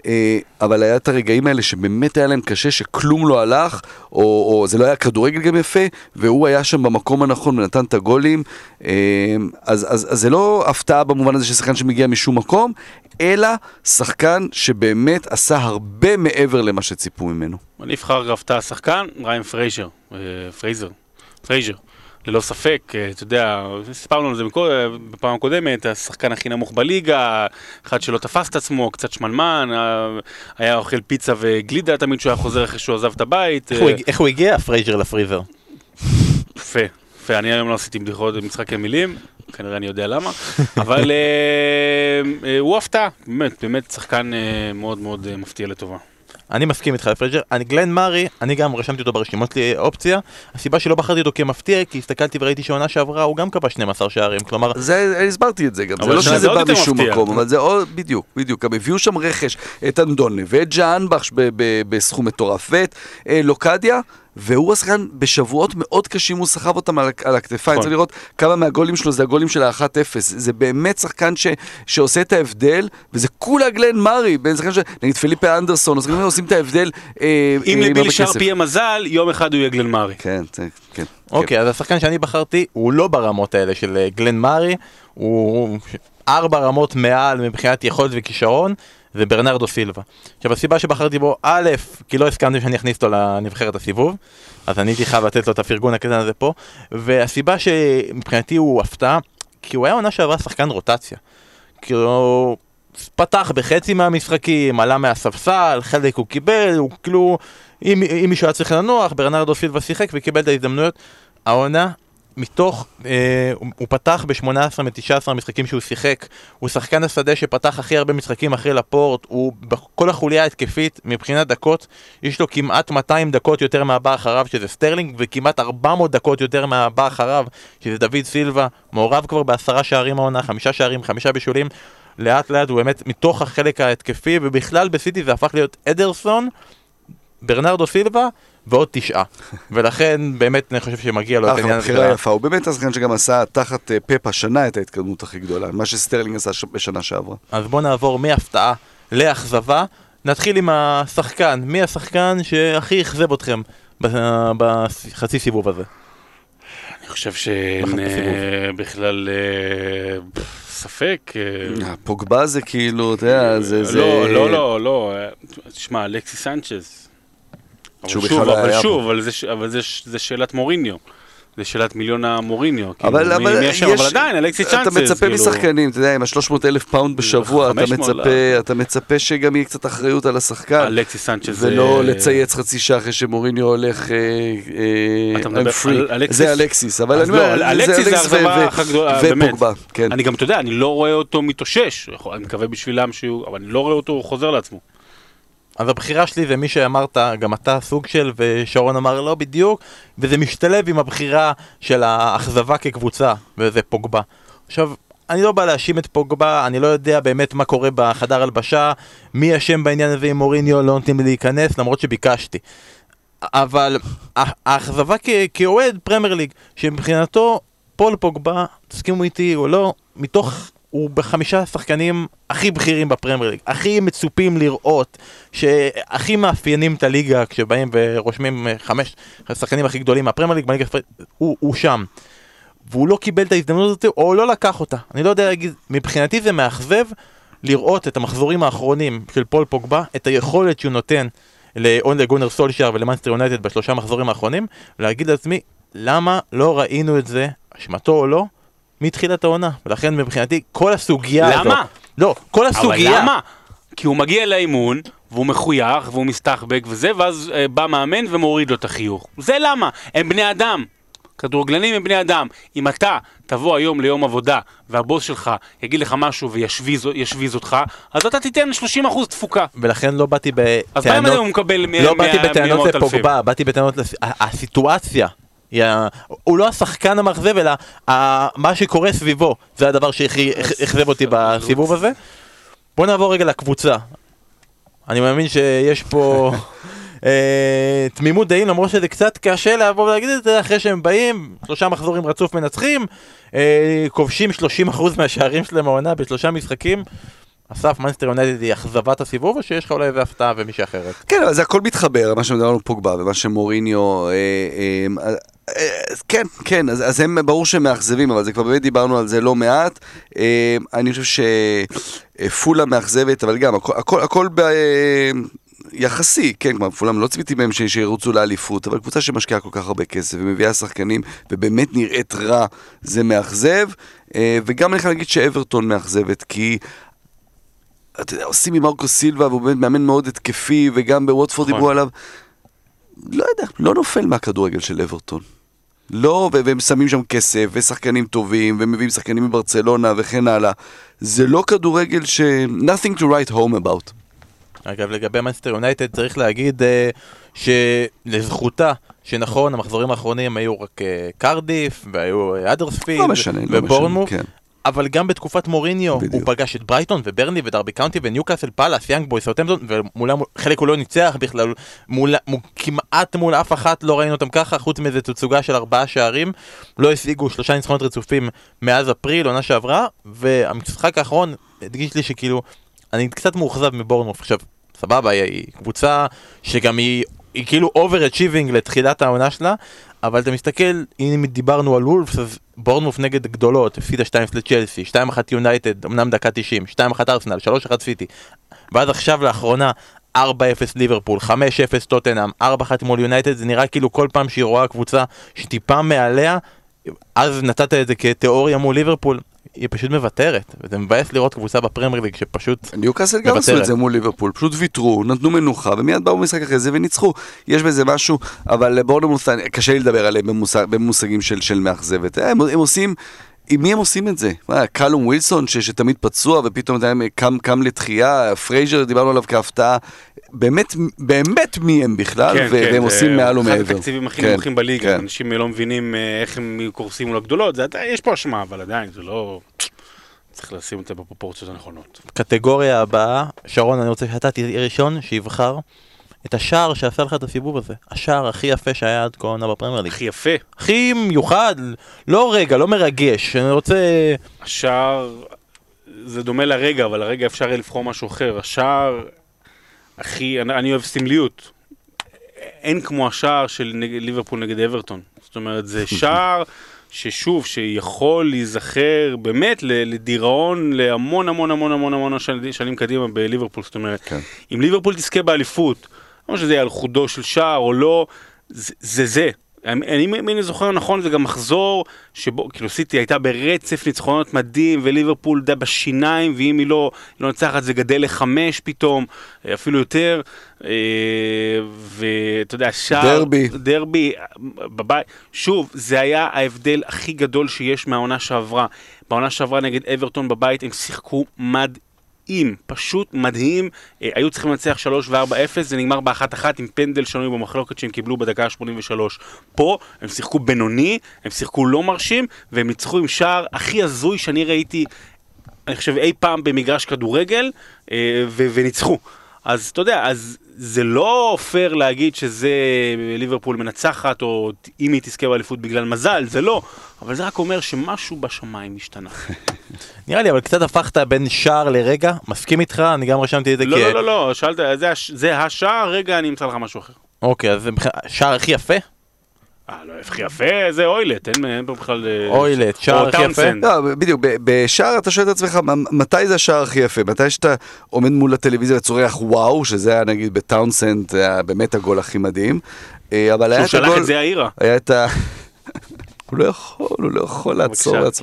אבל היה את הרגעים האלה שבאמת היה להם קשה, שכלום לא הלך, או, או זה לא היה כדורגל גם יפה, והוא היה שם במקום הנכון ונתן את הגולים, אז, אז, אז זה לא הפתעה במובן הזה ששחקן שמגיע משום מקום, אלא שחקן שבאמת עשה הרבה מעבר למה שציפו ממנו. אני אבחר הפתעה שחקן, ריין פרייזר, פרייזר, פרייזר. ללא ספק, אתה יודע, סיפרנו על זה בפעם הקודמת, השחקן הכי נמוך בליגה, אחד שלא תפס את עצמו, קצת שמלמן, היה אוכל פיצה וגלידה תמיד שהוא היה חוזר אחרי שהוא עזב את הבית. איך הוא הגיע, פרייזר לפריזר? יפה, יפה, אני היום לא עשיתי בדיחות במשחקי מילים, כנראה אני יודע למה, אבל הוא הפתעה, באמת, באמת שחקן מאוד מאוד מפתיע לטובה. אני מסכים איתך לפרייזר. אני גלן מארי, אני גם רשמתי אותו ברשימות לי אופציה. הסיבה שלא בחרתי אותו כמפתיע, כי הסתכלתי וראיתי שעונה שעברה, הוא גם כבש שנים עשר שערים, כלומר... זה, הסברתי את זה גם, זה לא שזה בא משום מקום, אבל זה עוד, בדיוק, בדיוק, גם הביאו שם רכש, את אנדונה ואת ג'אנבחש בסכום מטורף, ואת לוקדיה, והוא השחקן בשבועות מאוד קשים, הוא סחב אותם על, על הכתפיים, צריך לראות כמה מהגולים שלו זה הגולים של ה-אחת אפס, זה באמת שחקן ש, שעושה את ההבדל, וזה כולה גלן מארי, בין שחקן ש... נגיד פליפה אנדרסון, אז גם עושים את ההבדל אה, אם לביל שרפ יהיה מזל, יום אחד הוא יהיה גלן מארי. כן, כן. אוקיי, כן. אז השחקן שאני בחרתי, הוא לא ברמות האלה של גלן מארי, הוא ארבע רמות מעל מבחינת יכולת וכישרון, זה ברנרדו סילבה. עכשיו, הסיבה שבחרתי בו, א', כי לא הסכמתי שאני אכניס אותו לנבחרת הסיבוב, אז אני הייתי חייב לתת לו את הפרגון הקטן הזה פה, והסיבה שמבחינתי הוא הפתעה, כי הוא היה עונה שעברה שחקן רוטציה. כי הוא פתח בחצי מהמשחקים, עלה מהספסל, חלק הוא קיבל, הוא כאילו, אם, אם מישהו היה צריך לנוח, ברנרדו סילבה שיחק וקיבל את ההזדמנויות. העונה, מתוך, אה, הוא, הוא פתח ב-שמונה עשרה מתשע עשרה המשחקים שהוא שיחק, הוא שחקן השדה שפתח הכי הרבה משחקים אחרי לפורט, הוא בכל החוליה התקפית, מבחינת דקות, יש לו כמעט מאתיים דקות יותר מהבא אחריו, שזה סטרלינג, וכמעט ארבע מאות דקות יותר מהבא אחריו, שזה דוד סילבה, מעורב כבר בעשרה שערים העונה, חמישה שערים, חמישה בישולים, לאט לאט הוא באמת מתוך החלק ההתקפי, ובכלל בסיטי זה הפך להיות אדרסון, ברנרדו סילבה, ועוד תשעה. ולכן באמת אני חושב שמגיע לו את העניין הזה. בחירה יפה, הוא באמת השחקן שגם עשה תחת פפ השנה את ההתקדמות הכי גדולה, מה שסטרלינג עשה בשנה שעברה. אז בוא נעבור מהפתעה לאכזבה. נתחיל עם השחקן. מי השחקן שהכי אכזב אתכם בחצי סיבוב הזה? אני חושב שבכלל ספק. פוגבה זה כאילו, אתה יודע, זה... לא, לא, לא, לא. תשמע, אלכסי סנצ'ז. אבל שוב, אבל שוב, אבל זה שאלת מוריניו. זה שאלת מיליון המוריניו. אבל עדיין, אלכסי סנצ'ז. אתה מצפה משחקנים, אתה יודע, עם ה-שלוש מאות אלף פאונד בשבוע, אתה מצפה שגם יהיה קצת אחריות על השחקן. אלכסי סנצ'ז. ולא לצייץ חצי שעה אחרי שמוריניו הולך... זה אלכסיס. אבל אני אומר, אלכסיס זה האכזבה הגדולה, באמת. ופוגבה, כן. אני גם, אתה יודע, אני לא רואה אותו מתאושש. אני מקווה בשבילם שהוא... אבל אני לא רואה אותו חוזר לעצמו. אז הבחירה שלי זה מי שאמרת, גם אתה סוג של, ושרון אמר לא בדיוק, וזה משתלב עם הבחירה של האכזבה כקבוצה, וזה פוגבה. עכשיו, אני לא בא להאשים את פוגבה, אני לא יודע באמת מה קורה בחדר הלבשה, מי אשם בעניין הזה עם מוריניו, לא נותנים לי להיכנס, למרות שביקשתי. אבל האכזבה כאוהד פרמייר ליג, שמבחינתו פול פוגבה, תסכימו איתי או לא, מתוך, הוא בחמישה שחקנים הכי בכירים בפרמייר ליג, הכי מצופים לראות, שהכי מאפיינים את הליגה כשבאים ורושמים חמש השחקנים הכי גדולים מהפרמייר ליג, בליגה הוא, הוא שם. והוא לא קיבל את ההזדמנות הזאת, או לא לקח אותה. אני לא יודע להגיד, מבחינתי זה מאכזב לראות את המחזורים האחרונים של פול פוגבה, את היכולת שהוא נותן לגונר סולשייר ולמנסטר יונייטד בשלושה מחזורים האחרונים, ולהגיד לעצמי, למה לא ראינו את זה, אשמתו או לא, מתחילת העונה. ולכן מבחינתי, כל הסוגיה למה? הזאת... למה? לא, כל הסוגיה... אבל למה? כי הוא מגיע לאימון, והוא מחוייך, והוא מסתחבק וזה, ואז אה, בא מאמן ומוריד לו את החיוך. זה למה? הם בני אדם. כדורגלנים הם בני אדם. אם אתה תבוא היום ליום עבודה, והבוס שלך יגיד לך משהו וישוויז אותך, אז אתה תיתן שלושים אחוז תפוקה. ולכן לא באתי בטענות... אז מה אם הוא מקבל מאות אלפים? לא באתי בטענות לפוגבה, באתי בטענות... הסיטואציה, הוא לא השחקן המאכזב, אלא מה שקורה סביבו, זה הדבר שהכזב אותי בסיבוב הזה. בוא נעבור רגע לקבוצה. אני מאמין שיש פה... תמימות דעים, למרות שזה קצת קשה לעבור ולהגיד את זה אחרי שהם באים, שלושה מחזורים רצוף מנצחים, כובשים שלושים אחוז מהשערים שלהם העונה בשלושה משחקים. אסף, מנסטר יונייטד היא אכזבת הסיבוב, או שיש לך אולי איזה הפתעה ומישהי אחרת? כן, אבל זה הכל מתחבר, מה שמדברנו פוגבה ומה שמוריניו, כן, כן, אז הם ברור שהם מאכזבים, אבל זה כבר באמת דיברנו על זה לא מעט. אני חושב שפולה מאכזבת, אבל גם הכל, הכל ב... יחסי, כן, כמו פולאם לא צפיתי מהם שירוצו לאליפות, אבל קבוצה שמשקיעה כל כך הרבה כסף ומביאה שחקנים ובאמת נראית רע, זה מאכזב, וגם אני יכול להגיד שאברטון מאכזבת, כי אתה יודע, עושים עם מרקו סילבה, והוא באמת מאמן מאוד התקפי, וגם בווטפורד דיברו עליו, לא יודע, לא נופל מהכדורגל של אברטון. לא, והם שמים שם כסף, ושחקנים טובים, ומביאים שחקנים מברצלונה וכן הלאה. זה לא כדורגל ש... nothing to write home about. אגב, לגבי מנסטר יונייטד צריך להגיד uh, שלזכותה, שנכון, המחזורים האחרונים היו רק uh, קרדיף, והיו אדרספילד, ובורנמוף, כן. אבל גם בתקופת מוריניו, בדיוק. הוא פגש את ברייטון וברני ודרבי קאונטי וניוקאסל פאלאס, יאנג בוי, סאות'המפטון, וחלק הוא לא ניצח בכלל, מול, מול, כמעט מול אף אחת לא ראינו אותם ככה, חוץ מאיזו תצוגה של ארבעה שערים, לא השיגו שלושה ניצחונות רצופים מאז אפריל, עונה שעברה, והמשחק האחרון הדגיש לי שכאילו, אני קצת מאוכזב מבורנמוף. עכשיו, סבבה, היא קבוצה שגם היא, היא כאילו overachieving לתחילת העונה שלה, אבל אתה מסתכל, אם דיברנו על וולפס, אז בורנמוף נגד גדולות, הפסידה שתיים אפס לצ'לסי, שתיים אחת יונייטד, אמנם דקה תשעים, שתיים אחת ארסנל, שלוש אחת סיטי, ואז עכשיו לאחרונה, ארבע אפס ליברפול, חמש אפס טוטנהאם, ארבע אחת מול יונייטד, זה נראה כאילו כל פעם שהיא רואה קבוצה שטיפה מעליה, אז נתת את זה כתיאוריה מול ליברפול, היא פשוט מוותרת, וזה מבאס לראות קבוצה בפרמייר ליג שפשוט מוותרת. ניוקאסל גם עשו את זה מול ליברפול, פשוט ויתרו, נתנו מנוחה, ומיד באו במשחק אחרי זה וניצחו. יש בזה משהו, אבל בורנמות' קשה לי לדבר עליהם במושג, במושגים של, של מאכזבת. הם, הם עושים, עם מי הם עושים את זה? מה, קלום ווילסון ש, שתמיד פצוע, ופתאום קם, קם לתחייה, פרייזר, דיברנו עליו כהפתעה, באמת, באמת מי הם בכלל, כן, והם כן, עושים מעל ומעבר. אחד התקציבים הכי כן, נמוכים בליגה, כן. אנשים לא מבינים איך הם קורסים מול הגדולות, זה, יש פה אשמה, אבל עדיין זה לא... צריך לשים את זה בפרופורציות הנכונות. קטגוריה הבאה, שרון, אני רוצה שאתה תהיה ראשון, שיבחר את השער שעשה לך את הסיבוב הזה. השער הכי יפה שהיה עד כה עונה בפרמייר ליג. הכי יפה. הכי מיוחד, לא רגע, לא מרגש. אני רוצה... השער, זה דומה לרגע, אבל הרגע אפשר לבחור משהו אחר. השער הכי, אני, אני אוהב סמליות. אין כמו השער של נג, ליברפול נגד אברטון. זאת אומרת, זה שער... ששוב, שיכול להיזכר באמת לדיראון להמון המון המון המון המון שנים קדימה בליברפול. זאת אומרת, כן. אם ליברפול תזכה באליפות, לא שזה יהיה על חודו של שער או לא, זה זה. זה. אני, אני, אני זוכר נכון, זה גם מחזור שבו, כאילו סיטי הייתה ברצף ניצחונות מדהים, וליברפול דה בשיניים, ואם היא לא, לא נצחת זה גדל לחמש פתאום, אפילו יותר, ואתה יודע, שער, דרבי, דרבי, בבית, שוב, זה היה ההבדל הכי גדול שיש מהעונה שעברה, בעונה שעברה נגד אברטון בבית, הם שיחקו מדהים, פשוט מדהים, היו צריכים לנצח שלוש וארבע אפס, זה נגמר באחת אחת עם פנדל שנוי במחלוקת שהם קיבלו בדקה ה-שמונים ושלוש. פה הם שיחקו בינוני, הם שיחקו לא מרשים, והם ניצחו עם שער הכי הזוי שאני ראיתי, אני חושב אי פעם במגרש כדורגל, ו- וניצחו. אז אתה יודע, אז זה לא פייר להגיד שזה ליברפול מנצחת, או אם היא תזכה באליפות בגלל מזל, זה לא. אבל זה רק אומר שמשהו בשמיים השתנה. נראה לי, אבל קצת הפכת בין שער לרגע, מסכים איתך, אני גם רשמתי את זה לא, לא, לא, לא, שאלת, זה השער, רגע, אני אמצא לך משהו אחר. אוקיי, אז שער הכי יפה? אה, לא, הכי יפה זה אוילט, אין פה בכלל... אוילט, שער הכי יפה? לא, בדיוק, בשער אתה שואל את עצמך, מתי זה השער הכי יפה? מתי שאתה עומד מול הטלוויזיה וצורח וואו, שזה היה נגיד בטאונסנד, היה באמת הגול הכי מדהים. אבל היה את הגול... שהוא שלח את זה העירה. היה את ה... הוא לא יכול, הוא לא יכול לעצור לעצור.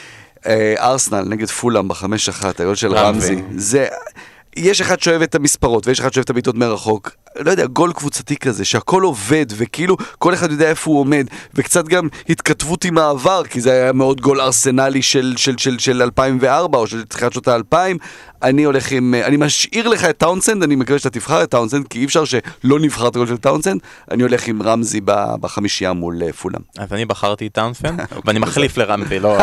ארסנל נגד פולאם בחמש אחת, הגול של רמזי. זה... יש אחד שאוהב את המספרות, ויש אחד שאוהב את הביטות מרחוק. לא יודע, גול קבוצתי כזה, שהכל עובד, וכאילו כל אחד יודע איפה הוא עומד, וקצת גם התכתבות עם העבר, כי זה היה מאוד גול ארסנלי של, של, של, של אלפיים וארבע, או של תחילת שנות ה-אלפיים. אני הולך עם, אני משאיר לך את טאונסנד, אני מקווה שאתה תבחר את טאונסנד, כי אי אפשר שלא נבחר את הגול של טאונסנד, אני הולך עם רמזי בחמישייה מול פולאם. אז אני בחרתי את טאונסנד, ואני מחליף לרמזי, לא,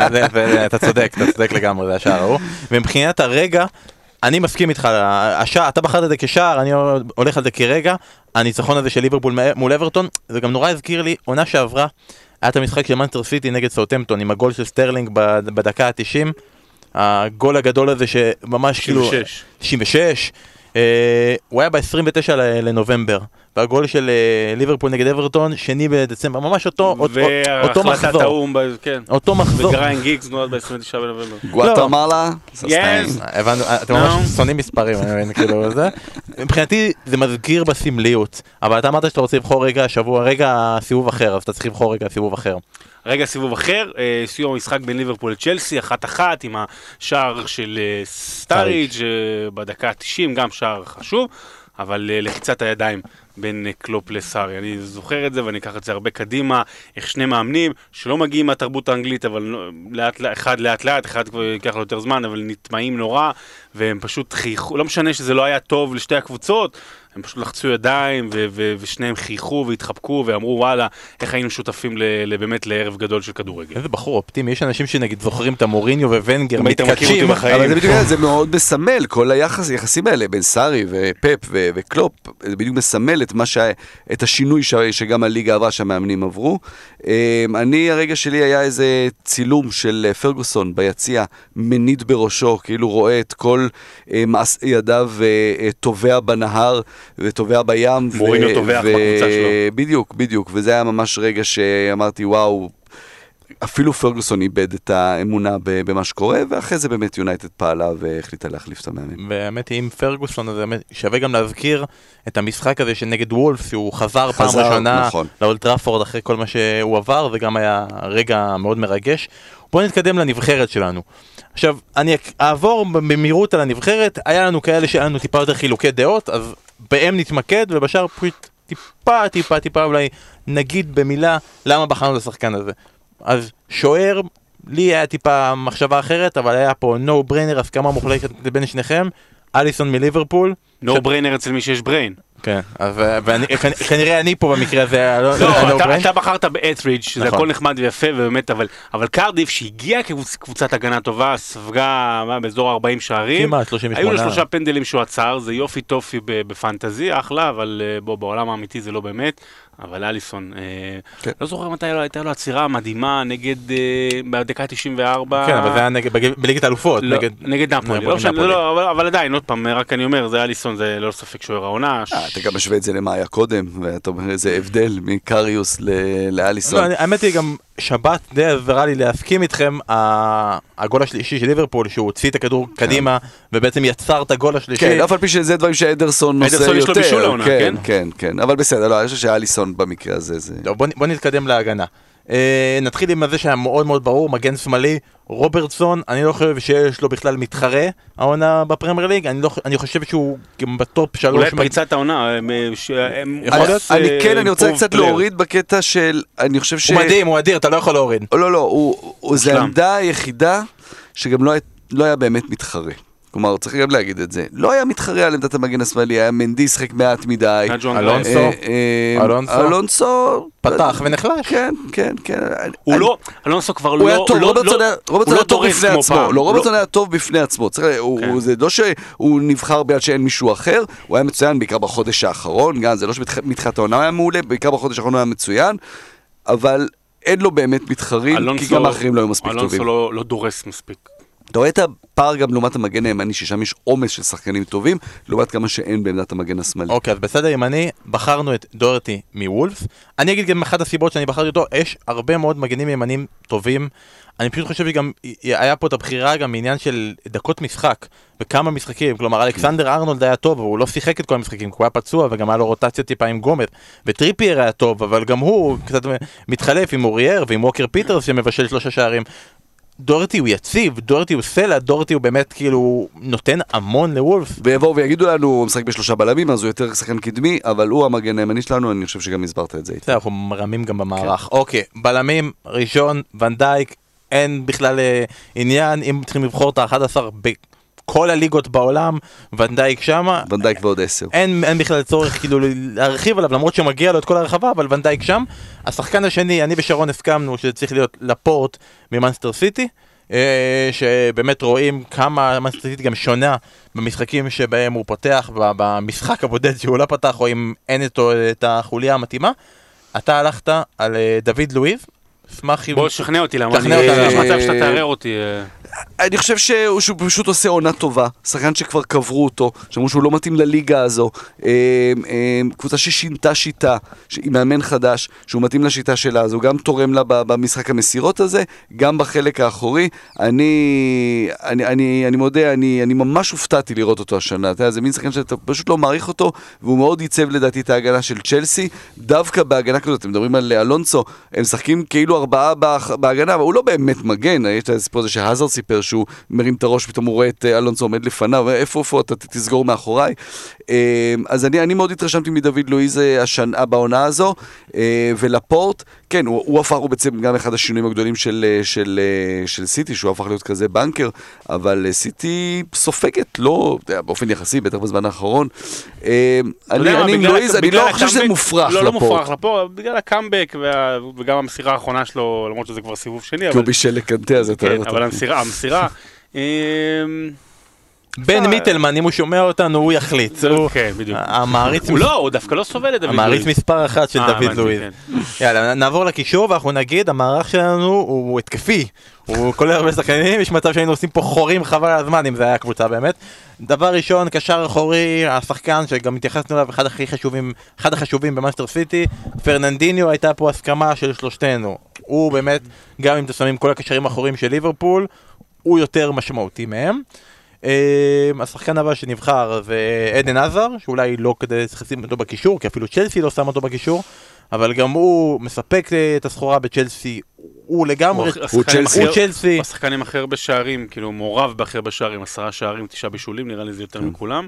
אתה צודק, אתה צודק לגמרי, זה השער ההוא. ומבחינת הרגע, אני מסכים איתך, השער, אתה בחרת את זה כשער, אני הולך על זה כרגע, הניצחון הזה של ליברפול מול אברטון, זה גם נורא הזכיר לי, עונה שעברה, היה את המשחק של מנצ'סטר סיטי נגד סאות'המפטון, עם הגול של סטרלינג בדקה ה-תשעים, הגול הגדול הזה שממש כאילו... תשעים ושש. תשעים ושש, הוא היה ב-עשרים ותשעה לנובמבר, והגול של ליברפול נגד אברטון, שני בדצמבר, ממש אותו מחזור. והחלטת האום, כן. אותו מחזור. וגריין גיגס נועד ב-עשרים ותשעה בנובמבר. גואטמלה, יס. אתם ממש שונאים מספרים, אני מבין, כאילו, זה. מבחינתי זה מזכיר בסמליות, אבל אתה אמרת שאתה רוצה לבחור רגע השבוע, רגע סיבוב אחר, אז אתה צריך לבחור רגע סיבוב אחר. רגע סיבוב אחר, סיום המשחק בין ליברפול לצ'לסי, אחת אחת עם השער של סטאריג' בדקה ה-תשעים, גם שער חשוב, אבל לחיצת הידיים בין קלופ לסארי. אני זוכר את זה ואני אקח את זה הרבה קדימה, איך שני מאמנים שלא מגיעים מהתרבות האנגלית, אבל לאט, אחד לאט לאט, אחד כבר ייקח לו יותר זמן, אבל נטמעים נורא, והם פשוט חייכו, לא משנה שזה לא היה טוב לשתי הקבוצות, הם פשוט לחצו ידיים, ו- ו- ושניהם חייכו והתחבקו, ואמרו וואלה, איך היינו שותפים ל- באמת לערב גדול של כדורגל. איזה בחור אופטימי, יש אנשים שנגיד זוכרים את המוריניו וונגר מתקדשים, אבל זה בדיוק זה מאוד מסמל, כל היחס, היחסים האלה בין סארי ופפ ו- וקלופ, זה בדיוק מסמל את מה שה- את השינוי ש- שגם הליגה עברה שהמאמנים עברו. אני, הרגע שלי היה איזה צילום של פרגוסון ביציע, מניד בראשו, כאילו רואה את כל מעש ידיו טובע בנהר, וטובע בים. מוריניו טובע בקבוצה שלו. בדיוק, בדיוק, וזה היה ממש רגע שאמרתי, וואו, אפילו פרגוסון איבד את האמונה במה שקורה, ואחרי זה באמת יונייטד פעלה והחליטה להחליף את המאמן. באמת, עם פרגוסון, אז שווה גם להזכיר את המשחק הזה שנגד וולפס, שהוא חזר פעם ראשונה נכון. לאולד טראפורד אחרי כל מה שהוא עבר, זה גם היה רגע מאוד מרגש. בואו נתקדם לנבחרת שלנו. עכשיו, אני אעבור במהירות על הנבחרת, היה לנו כאלה שהיה לנו טיפה יותר חילוקי דעות, אז בהם נתמקד, ובשאר פשוט טיפה, טיפה, טיפה, אולי נגיד במילה למה בחרנו את השחקן הזה. אז שוער, לי היה טיפה מחשבה אחרת, אבל היה פה no brainer, הסכמה מוחלטת בין שניכם, אליסון מליברפול. no brainer אצל מי שיש בריין. כן, וכנראה אני פה במקרה הזה, לא, אתה בחרת באת'רידג', שזה הכל נחמד ויפה ובאמת, אבל קרדיף שהגיעה כקבוצת הגנה טובה, ספגה באזור ארבעים שערים, היו לו שלושה פנדלים שהוא עצר, זה יופי טופי בפנטזי, אחלה, אבל בוא, בעולם האמיתי זה לא באמת, אבל אליסון, לא זוכר מתי הייתה לו עצירה מדהימה נגד, בדקה תשעים וארבע. כן, אבל זה היה בליגת האלופות. נגד נפולי, אבל עדיין, עוד פעם, רק אני אומר, זה אליסון, זה לא ספק שוער העונה. אתה גם משווה את זה למה היה קודם, ואתה אומר איזה הבדל מקריוס לאליסון. האמת היא גם שבת די עזרה לי להסכים איתכם, הגול השלישי של ליברפול, שהוא הוציא את הכדור קדימה, ובעצם יצר את הגול השלישי. כן, אף על פי שזה דברים שאדרסון נושא יותר. אדרסון יש לו בישול העונה, כן? כן, כן, אבל בסדר, לא, אני חושב שאליסון במקרה הזה. בוא נתקדם להגנה. נתחיל עם זה שהיה מאוד מאוד ברור, מגן שמאלי, רוברטסון, אני לא חושב שיש לו בכלל מתחרה העונה בפרמייר ליג, אני חושב שהוא גם בטופ שלוש. אולי פריצת העונה. אני כן, אני רוצה קצת להוריד בקטע של, אני חושב ש... הוא מדהים, הוא אדיר, אתה לא יכול להוריד. לא, לא, זה העמדה היחידה שגם לא היה באמת מתחרה. כלומר, צריך גם להגיד את זה. לא היה מתחרה על עמדת המגן השמאלי, היה מנדי שחק מעט מדי. אלונסו, אלונסו פתח ונחלש. כן, כן, כן. הוא לא, אלונסו כבר לא... הוא היה טוב, רוברטסון היה טוב בפני עצמו. לא, רוברטסון היה טוב בפני עצמו. זה לא שהוא נבחר ביד שאין מישהו אחר, הוא היה מצוין בעיקר בחודש האחרון, גם זה לא שמתחילת העונה היה מעולה, בעיקר בחודש האחרון הוא היה מצוין, אבל אין לו באמת מתחרים, כי גם האחרים לא היו מספיק טובים. אלונסו לא דורס מספיק. אתה רואה את הפער גם לעומת המגן הימני, ששם יש עומס של שחקנים טובים, לעומת כמה שאין בעמדת המגן השמאלי. אוקיי, אז בסדר ימני, בחרנו את דורטי מוולפס. אני אגיד גם אחת הסיבות שאני בחרתי אותו, יש הרבה מאוד מגנים ימנים טובים. אני פשוט חושב שגם היה פה את הבחירה גם מעניין של דקות משחק, וכמה משחקים. כלומר, אלכסנדר ארנולד היה טוב, אבל הוא לא שיחק את כל המשחקים, כי הוא היה פצוע, וגם היה לו רוטציה טיפה עם גומר. וטריפייר היה טוב, אבל גם הוא קצת מתחלף עם אורייר ועם ווקר פיטרס שמבשל שלושה שערים. דורטי הוא יציב, דורטי הוא סלע, דורטי הוא באמת כאילו נותן המון לוולף. ויבואו ויגידו לנו, הוא משחק בשלושה בלמים, אז הוא יותר שחקן קדמי, אבל הוא המגן הימני שלנו, אני חושב שגם הסברת את זה. בסדר, אנחנו מרמים גם במערך. אוקיי, בלמים, ראשון, ון דייק, אין בכלל עניין, אם צריכים לבחור את ה-אחד עשר בכל הליגות בעולם, ון דייק שמה. ון דייק ועוד עשר. אין, אין בכלל צורך כאילו להרחיב עליו, למרות שמגיע לו את כל הרחבה, אבל ון דייק שם. השחקן השני, אני ושרון הסכמנו שזה צריך להיות לפורט ממנסטר סיטי, שבאמת רואים כמה מנסטר סיטי גם שונה במשחקים שבהם הוא פותח, במשחק הבודד שהוא לא פתח, או אם אין איתו את החוליה המתאימה. אתה הלכת על דוד לואיז, בוא שכנע אותי, למה אני מצב שאתה תערר אותי. אני חושב שהוא פשוט עושה עונה טובה, שחקן שכבר קברו אותו, שאמרו שהוא לא מתאים לליגה הזו, קבוצה ששינתה שיטה, עם מאמן חדש, שהוא מתאים לשיטה שלה, אז הוא גם תורם לה במשחק המסירות הזה, גם בחלק האחורי. אני, אני, אני, אני מודה, אני, אני ממש הופתעתי לראות אותו השנה. אתה יודע, זה מין שחקן שאתה פשוט לא מעריך אותו, והוא מאוד ייצב לדעתי את ההגנה של צ'לסי, דווקא בהגנה כזאת, אתם מדברים על אלונסו, הם משחקים כאילו ארבעה בהגנה, אבל הוא לא באמת מגן, יש את הסיפור הזה שהאזרד סיפר שהוא מרים את הראש, פתאום הוא רואה את אלונסו עומד לפניו, איפה איפה אתה תסגור מאחוריי. אז אני, אני מאוד התרשמתי מדוד לואיז השנה בעונה הזו, ולפורט, כן, הוא, הוא הפך, הוא בעצם גם אחד השינויים הגדולים של, של, של סיטי, שהוא הפך להיות כזה בנקר, אבל סיטי סופגת, לא, באופן יחסי, בטח בזמן האחרון. אני, אני עם לואיז, אני לא חושב שזה מופרך לפורט. לא, לא מופרך לפורט, בגלל הקאמבק וגם המסירה האחרונה שלו, למרות שזה כבר סיבוב שני. כי הוא בישל לקנטה, אז אתה אוהב אותו. אבל המסירה, המסירה... בן מיטלמן, אם הוא שומע אותנו, הוא יחליט. כן, בדיוק. המעריץ... הוא לא, הוא דווקא לא סובל את דוד לואיז. המעריץ מספר אחת של דוד לואיז. יאללה, נעבור לקישור, ואנחנו נגיד, המערך שלנו הוא התקפי. הוא כולל הרבה שחקנים, יש מצב שהיינו עושים פה חורים חבל על הזמן, אם זה היה קבוצה באמת. דבר ראשון, קשר אחורי, השחקן שגם התייחסנו אליו, אחד הכי חשובים, אחד החשובים במאנסטר סיטי, פרננדיניו, הייתה פה הסכמה של שלושתנו. הוא באמת, גם אם תשמים כל הקשרים האחוריים של ליברפול, הוא יותר משמעותי מהם. השחקן הבא שנבחר זה עדן עזר, שאולי לא כדי לשים אותו בקישור, כי אפילו צ'לסי לא שם אותו בקישור, אבל גם הוא מספק את הסחורה בצ'לסי, הוא לגמרי, הוא צ'לסי. הוא צ'לסי. הוא השחקן עם הכי הרבה שערים, כאילו מעורב בהכי הרבה שערים, עשרה שערים, תשעה בישולים, נראה לי זה יותר מכולם.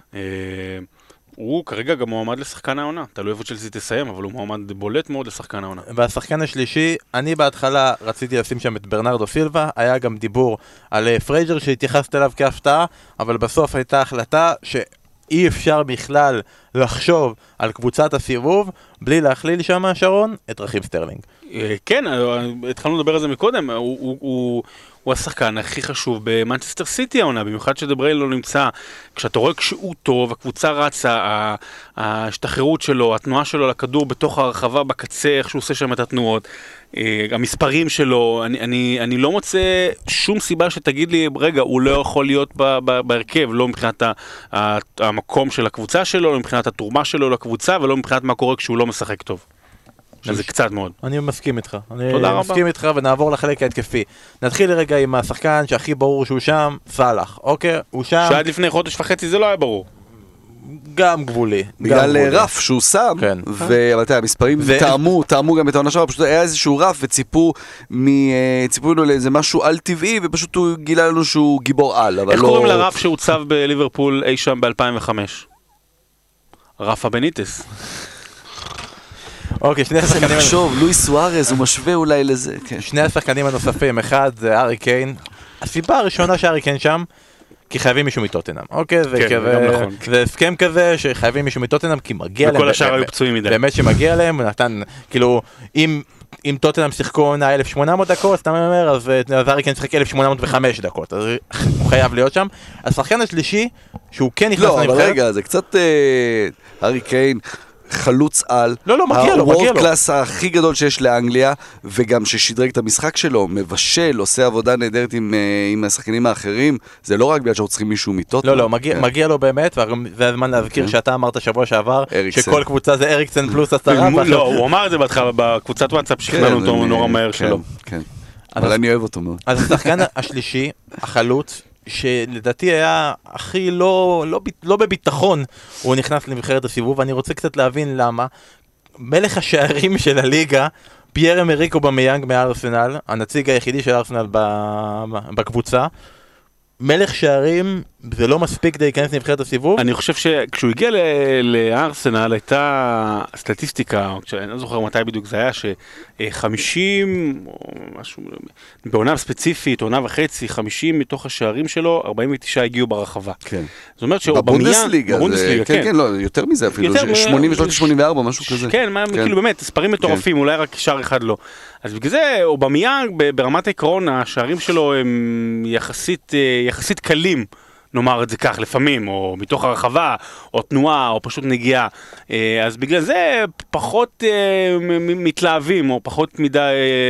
הוא כרגע גם מועמד לשחקן העונה, תלוי איפה צ'לסי תסיים, אבל הוא מועמד בולט מאוד לשחקן העונה. והשחקן השלישי, אני בהתחלה רציתי לשים שם את ברנרדו סילבה, היה גם דיבור על פרייג'ר שהתייחסת אליו כהפתעה, אבל בסוף הייתה החלטה שאי אפשר בכלל לחשוב על קבוצת הסיבוב, בלי להכליל שם, שרון, את רחיב סטרלינג. כן, התחלנו לדבר על זה מקודם, הוא... הוא... הוא השחקן הכי חשוב במנצ'סטר סיטי העונה, במיוחד שדבריין לא נמצא. כשאתה רואה כשהוא טוב, הקבוצה רצה, ההשתחררות שלו, התנועה שלו לכדור בתוך הרחבה בקצה, איך שהוא עושה שם את התנועות, המספרים שלו, אני, אני, אני לא מוצא שום סיבה שתגיד לי, רגע, הוא לא יכול להיות ב, ב, בהרכב, לא מבחינת ה, ה, המקום של הקבוצה שלו, לא מבחינת התרומה שלו לקבוצה, ולא מבחינת מה קורה כשהוא לא משחק טוב. זה קצת מאוד. אני מסכים איתך. אני מסכים איתך ונעבור לחלק ההתקפי. נתחיל לרגע עם השחקן שהכי ברור שהוא שם, סלאח. אוקיי, הוא שם. שעד לפני חודש וחצי זה לא היה ברור. גם גבולי. בגלל רף שהוא שם, אבל אתה יודע, המספרים טעמו, טעמו גם את העונה שלו, פשוט היה איזשהו רף וציפו לו לאיזה משהו על טבעי, ופשוט הוא גילה לנו שהוא גיבור על, אבל לא... איך קוראים לרף שהוצב בליברפול אי שם ב-אלפיים וחמש? רף הבניטס. אוקיי, שני השחקנים... לחשוב, לואיס סוארז, הוא משווה אולי לזה. שני השחקנים הנוספים, אחד זה ארי קיין. הסיבה הראשונה שארי קיין שם, כי חייבים מישהו מטוטנהאם, אוקיי? זה כן, כזה, גם נכון. זה הסכם כזה שחייבים מישהו מטוטנהאם, כי מגיע להם, וכל השאר היו פצועים מדי. באמת שמגיע להם, הוא נתן, כאילו, אם אם טוטנהאם שיחקו עונה אלף ושמונה מאות דקות, סתם אני אומר, אז הארי קיין שיחק אלף שמונה מאות וחמש דקות, אז הוא חייב להיות שם. השחקן השלישי, שהוא כן נכנס לא, לנבחרת... אבל רגע, זה קצת הארי קיין, חלוץ על, לא, לא, מגיע לו, מגיע לו. הוורד קלאס הכי גדול שיש לאנגליה, וגם ששדרג את המשחק שלו, מבשל, עושה עבודה נהדרת עם, עם השחקנים האחרים, זה לא רק בגלל שאנחנו צריכים מישהו מיטות. לא, לא, מגיע, מגיע לו באמת, וזה הזמן להזכיר שאתה אמרת שבוע שעבר, שכל קבוצה זה אריקסן פלוס עשרה. לא, הוא אמר את זה בהתחלה, בקבוצת וואטסאפ שכנענו אותו נורא מהר שלו. כן, אבל אני אוהב אותו מאוד. אז השחקן השלישי, החלוץ, שלדעתי היה הכי לא, לא, לא בביטחון, הוא נכנס לנבחרת הסיבוב, ואני רוצה קצת להבין למה. מלך השערים של הליגה, פייר אמריק אובמיאנג מארסנל, הנציג היחידי של ארסנל בקבוצה, מלך שערים, זה לא מספיק כדי להיכנס לנבחרת הסיבוב? אני חושב שכשהוא הגיע לארסנל הייתה סטטיסטיקה, אני לא זוכר מתי בדיוק זה היה, ש-חמישים, או משהו, בעונה ספציפית, עונה וחצי, חמישים מתוך השערים שלו, ארבעים ותשע הגיעו ברחבה. כן. זאת אומרת שהוא בבונדסליגה, כן, כן, לא, יותר מזה אפילו, שמונים ושלוש שמונים וארבע, משהו כזה. כן, כאילו באמת, ספרים מטורפים, אולי רק שער אחד לא. אז בגלל זה, אובמיאנג, ברמת העקרון, השערים שלו הם יחסית, יחסית קלים, נאמר את זה כך, לפעמים, או מתוך הרחבה, או תנועה, או פשוט נגיעה. אז בגלל זה פחות מתלהבים, או פחות מדי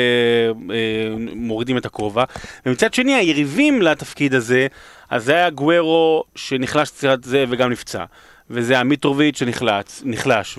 מורידים את הקרובה. ומצד שני, היריבים לתפקיד הזה, אז זה היה גוארו שנחלש קצת זה וגם נפצע. וזה היה מיטרוביץ' שנחלש,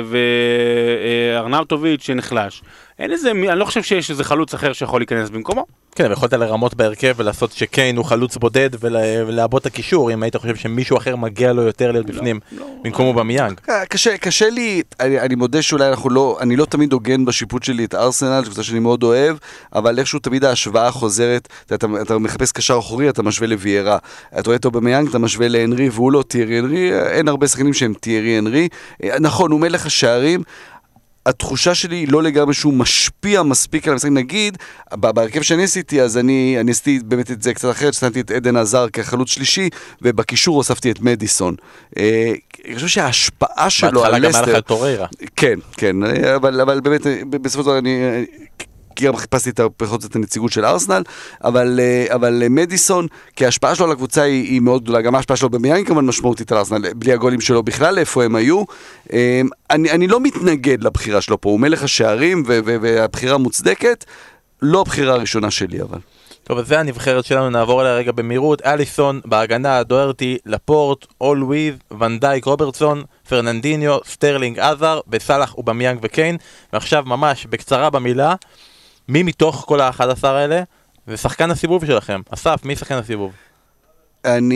וארנאוטוביץ' שנחלש. אין איזה, אני לא חושב שיש איזה חלוץ אחר שיכול להיכנס במקומו. כן, ויכולת לרמות בהרכב ולעשות שקיין הוא חלוץ בודד ולעבוד את הקישור, אם היית חושב שמישהו אחר מגיע לו יותר להיות בפנים במקום אובמיאנג. קשה, קשה לי, אני, אני מודה שאולי אנחנו לא, אני לא תמיד הוגן בשיפוט שלי את ארסנל, שקבוצה שאני מאוד אוהב, אבל איכשהו תמיד ההשוואה חוזרת, אתה, אתה מחפש קשר אחורי, אתה משווה לוויירה, אתה רואה את אובמיאנג, אתה משווה להנרי, והוא לא טיירי הנרי, אין הרבה שחקנים שהם טיירי הנרי, נכון, הוא מלך השערים, התחושה שלי היא לא לגמרי שהוא משפיע מספיק על המשחק, נגיד, בהרכב שאני עשיתי, אז אני, אני עשיתי באמת את זה קצת אחרת, שתנתי את עדן עזר כחלוץ שלישי, ובקישור הוספתי את מדיסון. אני חושב שההשפעה שלו על לסטר... בהתחלה גם היה לך את טוריירה. כן, כן, אבל, אבל באמת, בסופו של דבר אני... כי גם חיפשתי את, את הנציגות של ארסנל, אבל, אבל מדיסון, כי ההשפעה שלו על הקבוצה היא, היא מאוד גדולה, גם ההשפעה שלו במיין כמובן משמעותית על ארסנל, בלי הגולים שלו בכלל, איפה הם היו. אני, אני לא מתנגד לבחירה שלו פה, הוא מלך השערים, ו, ו, והבחירה מוצדקת, לא הבחירה הראשונה שלי, אבל. טוב, אז זה הנבחרת שלנו, נעבור עליה רגע במהירות. אליסון, בהגנה, דוארטי, לפורט, אול וויז, ונדייק, רוברטסון, פרננדיניו, סטרלינג, עזר, בסלח, אובמיאנג וקיין. ועכשיו ממש בקצרה במילה, מי מתוך כל ה-אחד עשר האלה, ושחקן הסיבוב שלכם. אסף, מי שחקן הסיבוב? אני...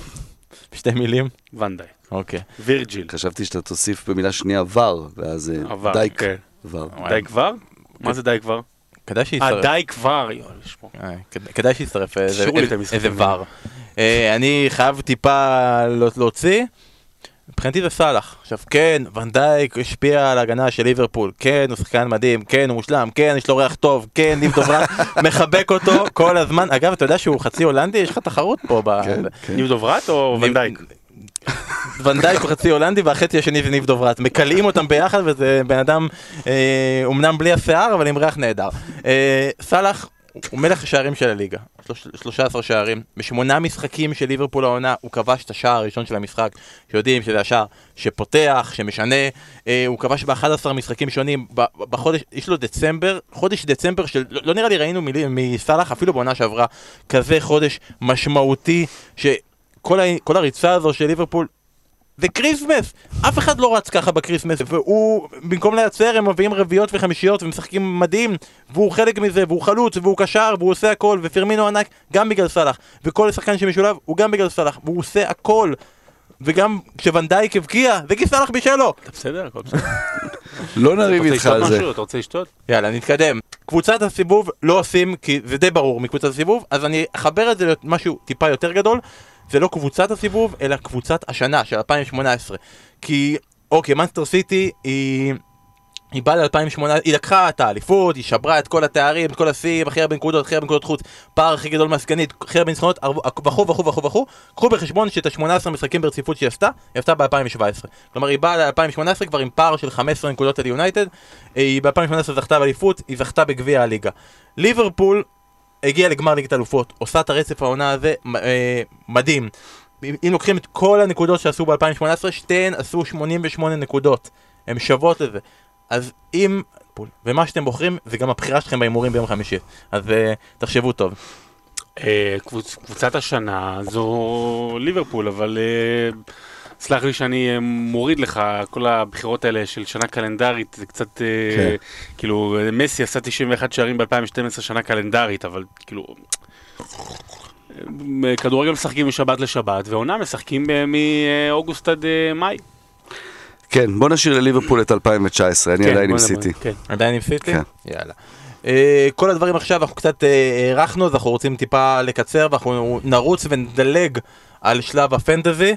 בשתי מילים? ונדייק. אוקיי. וירג'יל. חשבתי שאתה תוסיף במילה שנייה ור, ואז דייק ור. דייק ור? מה זה דייק ור? כדאי שיצטרף. אה, דייק ור, כדאי שיצטרף איזה ור. אני חייב טיפה להוציא. מבחינתי זה סלח. עכשיו, כן, ונדייק השפיע על ההגנה של ליברפול, כן, הוא שחקן מדהים, כן, הוא מושלם, כן, יש לו ריח טוב, כן, ניב דוברת, מחבק אותו כל הזמן. אגב, אתה יודע שהוא חצי הולנדי? יש לך תחרות פה. ניב דוברת או ונדייק? ונדייק הוא חצי הולנדי, והחצי השני זה ניב דוברת. מקלעים אותם ביחד, וזה בן אדם, אומנם בלי השיער, אבל עם ריח נהדר. סלח הוא מלך השערים של הליגה, שלושה עשר שערים, בשמונה משחקים של ליברפול העונה הוא כבש את השער הראשון של המשחק, שיודעים שזה השער שפותח, שמשנה, אה, הוא כבש ב-אחד עשר משחקים שונים, בחודש, יש לו דצמבר, חודש דצמבר של, לא, לא נראה לי ראינו מסלח, אפילו בעונה שעברה, כזה חודש משמעותי, שכל ה, כל הריצה הזו של ליברפול, זה קריסמס, אף אחד לא רץ ככה בקריסמס, והוא, במקום לייצר, הם מביאים רביעיות וחמישיות ומשחקים מדהים, והוא חלק מזה, והוא חלוץ, והוא קשר, והוא עושה הכל, ופירמינו ענק, גם בגלל סלח, וכל שחקן שמשולב, הוא גם בגלל סלח, והוא עושה הכל, וגם כשוונדייק הבקיע, זה כי סלח בשלו. אתה בסדר? הכל בסדר. לא נריב איתך על זה. אתה רוצה לשתות? יאללה, נתקדם. קבוצת הסיבוב לא עושים, כי זה די ברור מקבוצת הסיבוב, אז אני אחבר את זה למשהו טיפה יותר גדול. זה לא קבוצת הסיבוב, אלא קבוצת השנה של אלפיים שמונה עשרה. כי, אוקיי, מנסטר סיטי היא היא באה ל-אלפיים ושמונה עשרה, היא לקחה את האליפות, היא שברה את כל התארים, את כל השיאים, הכי הרבה נקודות, הכי הרבה נקודות חוץ, פער הכי גדול מהסגנית, הכי הרבה ניצחונות, וכו' וכו' וכו' וכו'. קחו בחשבון שאת ה-שמונה עשרה משחקים ברציפות שהיא עשתה, היא עשתה ב-אלפיים שבע עשרה. כלומר, היא באה ל-אלפיים שמונה עשרה כבר עם פער של חמש עשרה נקודות על יונייטד, היא ב-אלפיים שמונה עשרה זכתה באליפות, היא זכתה בגביע הליגה. ליברפול הגיעה לגמר ליגת האלופות, עושה את הרצף העונה הזה מדהים. אם לוקחים את כל הנקודות שעשו ב-אלפיים שמונה עשרה, שתיהן עשו שמונים ושמונה נקודות. הן שוות לזה. אז אם, ומה שאתם בוחרים, זה גם הבחירה שלכם בהימורים ביום חמישי. אז uh, תחשבו טוב. Uh, קבוצ, קבוצת השנה זו ליברפול, אבל uh, סלח לי שאני uh, מוריד לך, כל הבחירות האלה של שנה קלנדרית, זה קצת, uh, כן. כאילו, מסי עשה תשעים ואחת שערים ב-אלפיים ושתים עשרה שנה קלנדרית, אבל כאילו... כדורגל משחקים משבת לשבת, ועונה משחקים מאוגוסט עד מאי. כן, בוא נשאיר לליברפול את אלפיים תשע עשרה, אני עדיין עם סיטי. עדיין עם סיטי? כן. יאללה. כל הדברים עכשיו, אנחנו קצת הערכנו, אז אנחנו רוצים טיפה לקצר, ואנחנו נרוץ ונדלג על שלב הפנטזי.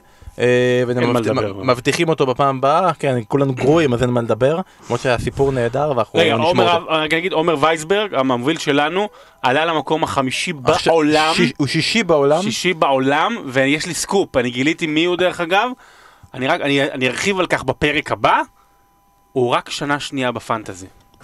מבטיחים אותו בפעם הבאה, כן, כולנו גרועים, אז אין מה לדבר, כמו שהסיפור נהדר, ואנחנו נשמור אותו. רגע, נגיד, עומר וייסברג, המוביל שלנו, עלה למקום החמישי בעולם. הוא שישי בעולם. שישי בעולם, ויש לי סקופ, אני גיליתי מי הוא דרך אגב, אני רק, אני ארחיב על כך בפרק הבא, הוא רק שנה שנייה בפנטזי.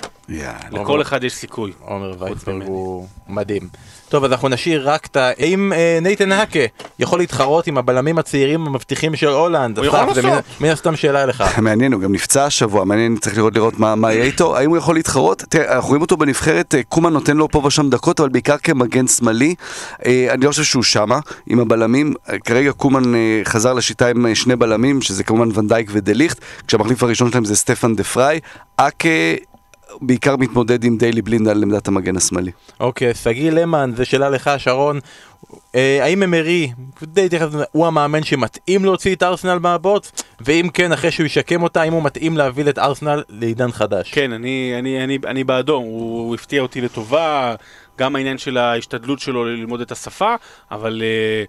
לכל אחד יש סיכוי. עומר וייסברג הוא מדהים. טוב, אז אנחנו נשאיר רק את ה... האם נייתן האקה יכול להתחרות עם הבלמים הצעירים המבטיחים של הולנד? הוא יכול לעשות. מן הסתם שאלה אליך. מעניין, הוא גם נפצע השבוע, מעניין, צריך לראות לראות מה יהיה איתו. האם הוא יכול להתחרות? תראה, אנחנו רואים אותו בנבחרת, קומן נותן לו פה ושם דקות, אבל בעיקר כמגן שמאלי. אני לא חושב שהוא שמה, עם הבלמים. כרגע קומן חזר לשיטה עם שני בלמים, שזה כמובן ונדייק ודליכט, כשהמחליף הראשון שלהם זה סטפן דה פריי. האקה בעיקר מתמודד עם דיילי בלינד על עמדת המגן השמאלי. אוקיי, סגי למן, זה שאלה לך, שרון. האם אמרי, הוא המאמן שמתאים להוציא את ארסנל מהבוט? ואם כן, אחרי שהוא ישקם אותה, האם הוא מתאים להביא את ארסנל לעידן חדש? כן, אני, אני, אני, אני בעדו. הוא הפתיע אותי לטובה, גם העניין של ההשתדלות שלו ללמוד את השפה, אבל...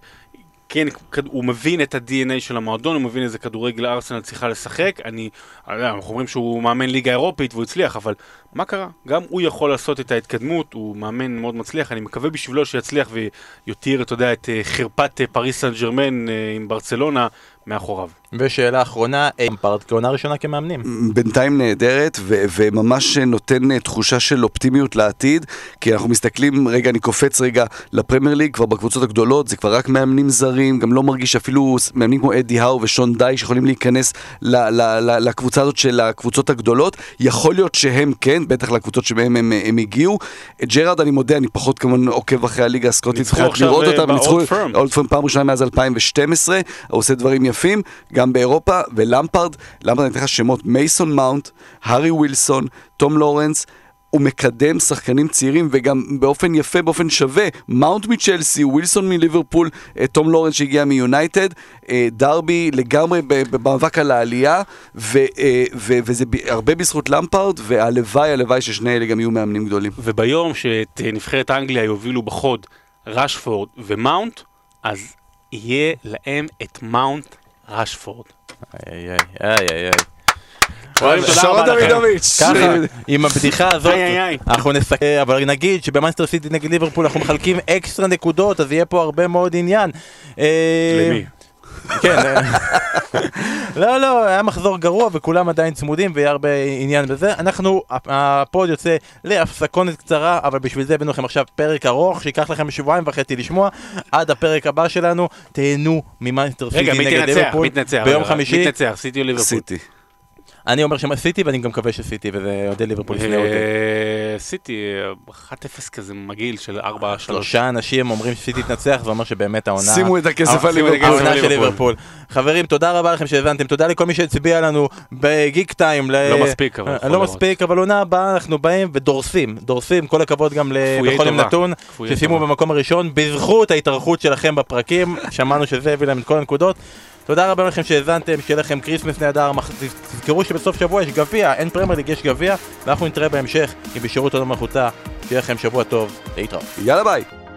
כן, הוא מבין את ה-די אן איי של המועדון, הוא מבין איזה כדורגל ארסנל צריכה לשחק. אני, אנחנו אומרים שהוא מאמן ליגה אירופית והוא הצליח, אבל מה קרה? גם הוא יכול לעשות את ההתקדמות, הוא מאמן מאוד מצליח, אני מקווה בשבילו שיצליח ויותיר, אתה יודע, את חרפת פריס סן ז'רמן עם ברצלונה מאחוריו. ושאלה אחרונה, למפרד כעונה ראשונה כמאמנים. בינתיים נהדרת, ו- וממש נותן תחושה של אופטימיות לעתיד, כי אנחנו מסתכלים, רגע, אני קופץ רגע לפרמייר ליג, כבר בקבוצות הגדולות, זה כבר רק מאמנים זרים, גם לא מרגיש אפילו מאמנים כמו אדי האו ושון די, שיכולים להיכנס ל- ל- ל- לקבוצה הזאת של הקבוצות הגדולות. יכול להיות שהם כן, בטח לקבוצות שבהם הם, הם הגיעו. את ג'רארד, אני מודה, אני פחות כמובן עוקב אחרי הליגה הסקוטית, צריך לראות אותם, ניצחו אולד פרם פעם ראשונה מאז אלפיים ושתים עשרה, הוא עושה דברים יפים, גם באירופה, ולמפרד, למפרד אני אתן לך שמות, מייסון מאונט, הארי ווילסון, תום לורנס, הוא מקדם שחקנים צעירים, וגם באופן יפה, באופן שווה, מאונט מצ'לסי, ווילסון מליברפול, תום לורנס שהגיע מיונייטד, דרבי לגמרי במאבק על העלייה, ו- ו- וזה הרבה בזכות למפרד, והלוואי, הלוואי ששני אלה גם יהיו מאמנים גדולים. וביום שאת נבחרת אנגליה יובילו בחוד רשפורד ומאונט, אז יהיה להם את מאונט רשפורד. איי איי איי איי. שרון דוידוביץ'. ככה, עם הבדיחה הזאת, אנחנו נסכם, אבל נגיד שבמאנסטר סיטי נגד ליברפול אנחנו מחלקים אקסטרה נקודות, אז יהיה פה הרבה מאוד עניין. למי? כן. לא, לא, היה מחזור גרוע וכולם עדיין צמודים ויהיה הרבה עניין בזה. אנחנו, הפוד יוצא להפסקונת קצרה, אבל בשביל זה הבאנו לכם עכשיו פרק ארוך, שיקח לכם שבועיים וחצי לשמוע. עד הפרק הבא שלנו, תהנו ממאנסטר סיטי נגד ליברפול ביום חמישי. מתנצח, סיטי או ליברפול? סיטי. אני אומר שסיטי, ואני גם מקווה שסיטי, וזה עודד ליברפול לפני אותי. סיטי, אחת אפס כזה מגעיל של ארבע שלוש. שלושה אנשים אומרים שסיטי תנצח, זה אומר שבאמת העונה... שימו את הכסף על ליברפול. העונה של ליברפול. חברים, תודה רבה לכם שהבנתם, תודה לכל מי שהצביע לנו בגיק טיים. לא מספיק, אבל... לא מספיק, אבל עונה הבאה אנחנו באים ודורסים, דורסים, כל הכבוד גם לבכל נתון, ששימו במקום הראשון, בזכות ההתארכות שלכם בפרקים, שמענו שזה הביא להם את כל הנקודות. תודה רבה לכם שהזנתם, שיהיה לכם קריסמס נהדר, תזכרו שבסוף שבוע יש גביע, אין פרמייר ליג, יש גביע, ואנחנו נתראה בהמשך עם בשירות עולם מלכותה, שיהיה לכם שבוע טוב, להתראות. יאללה ביי.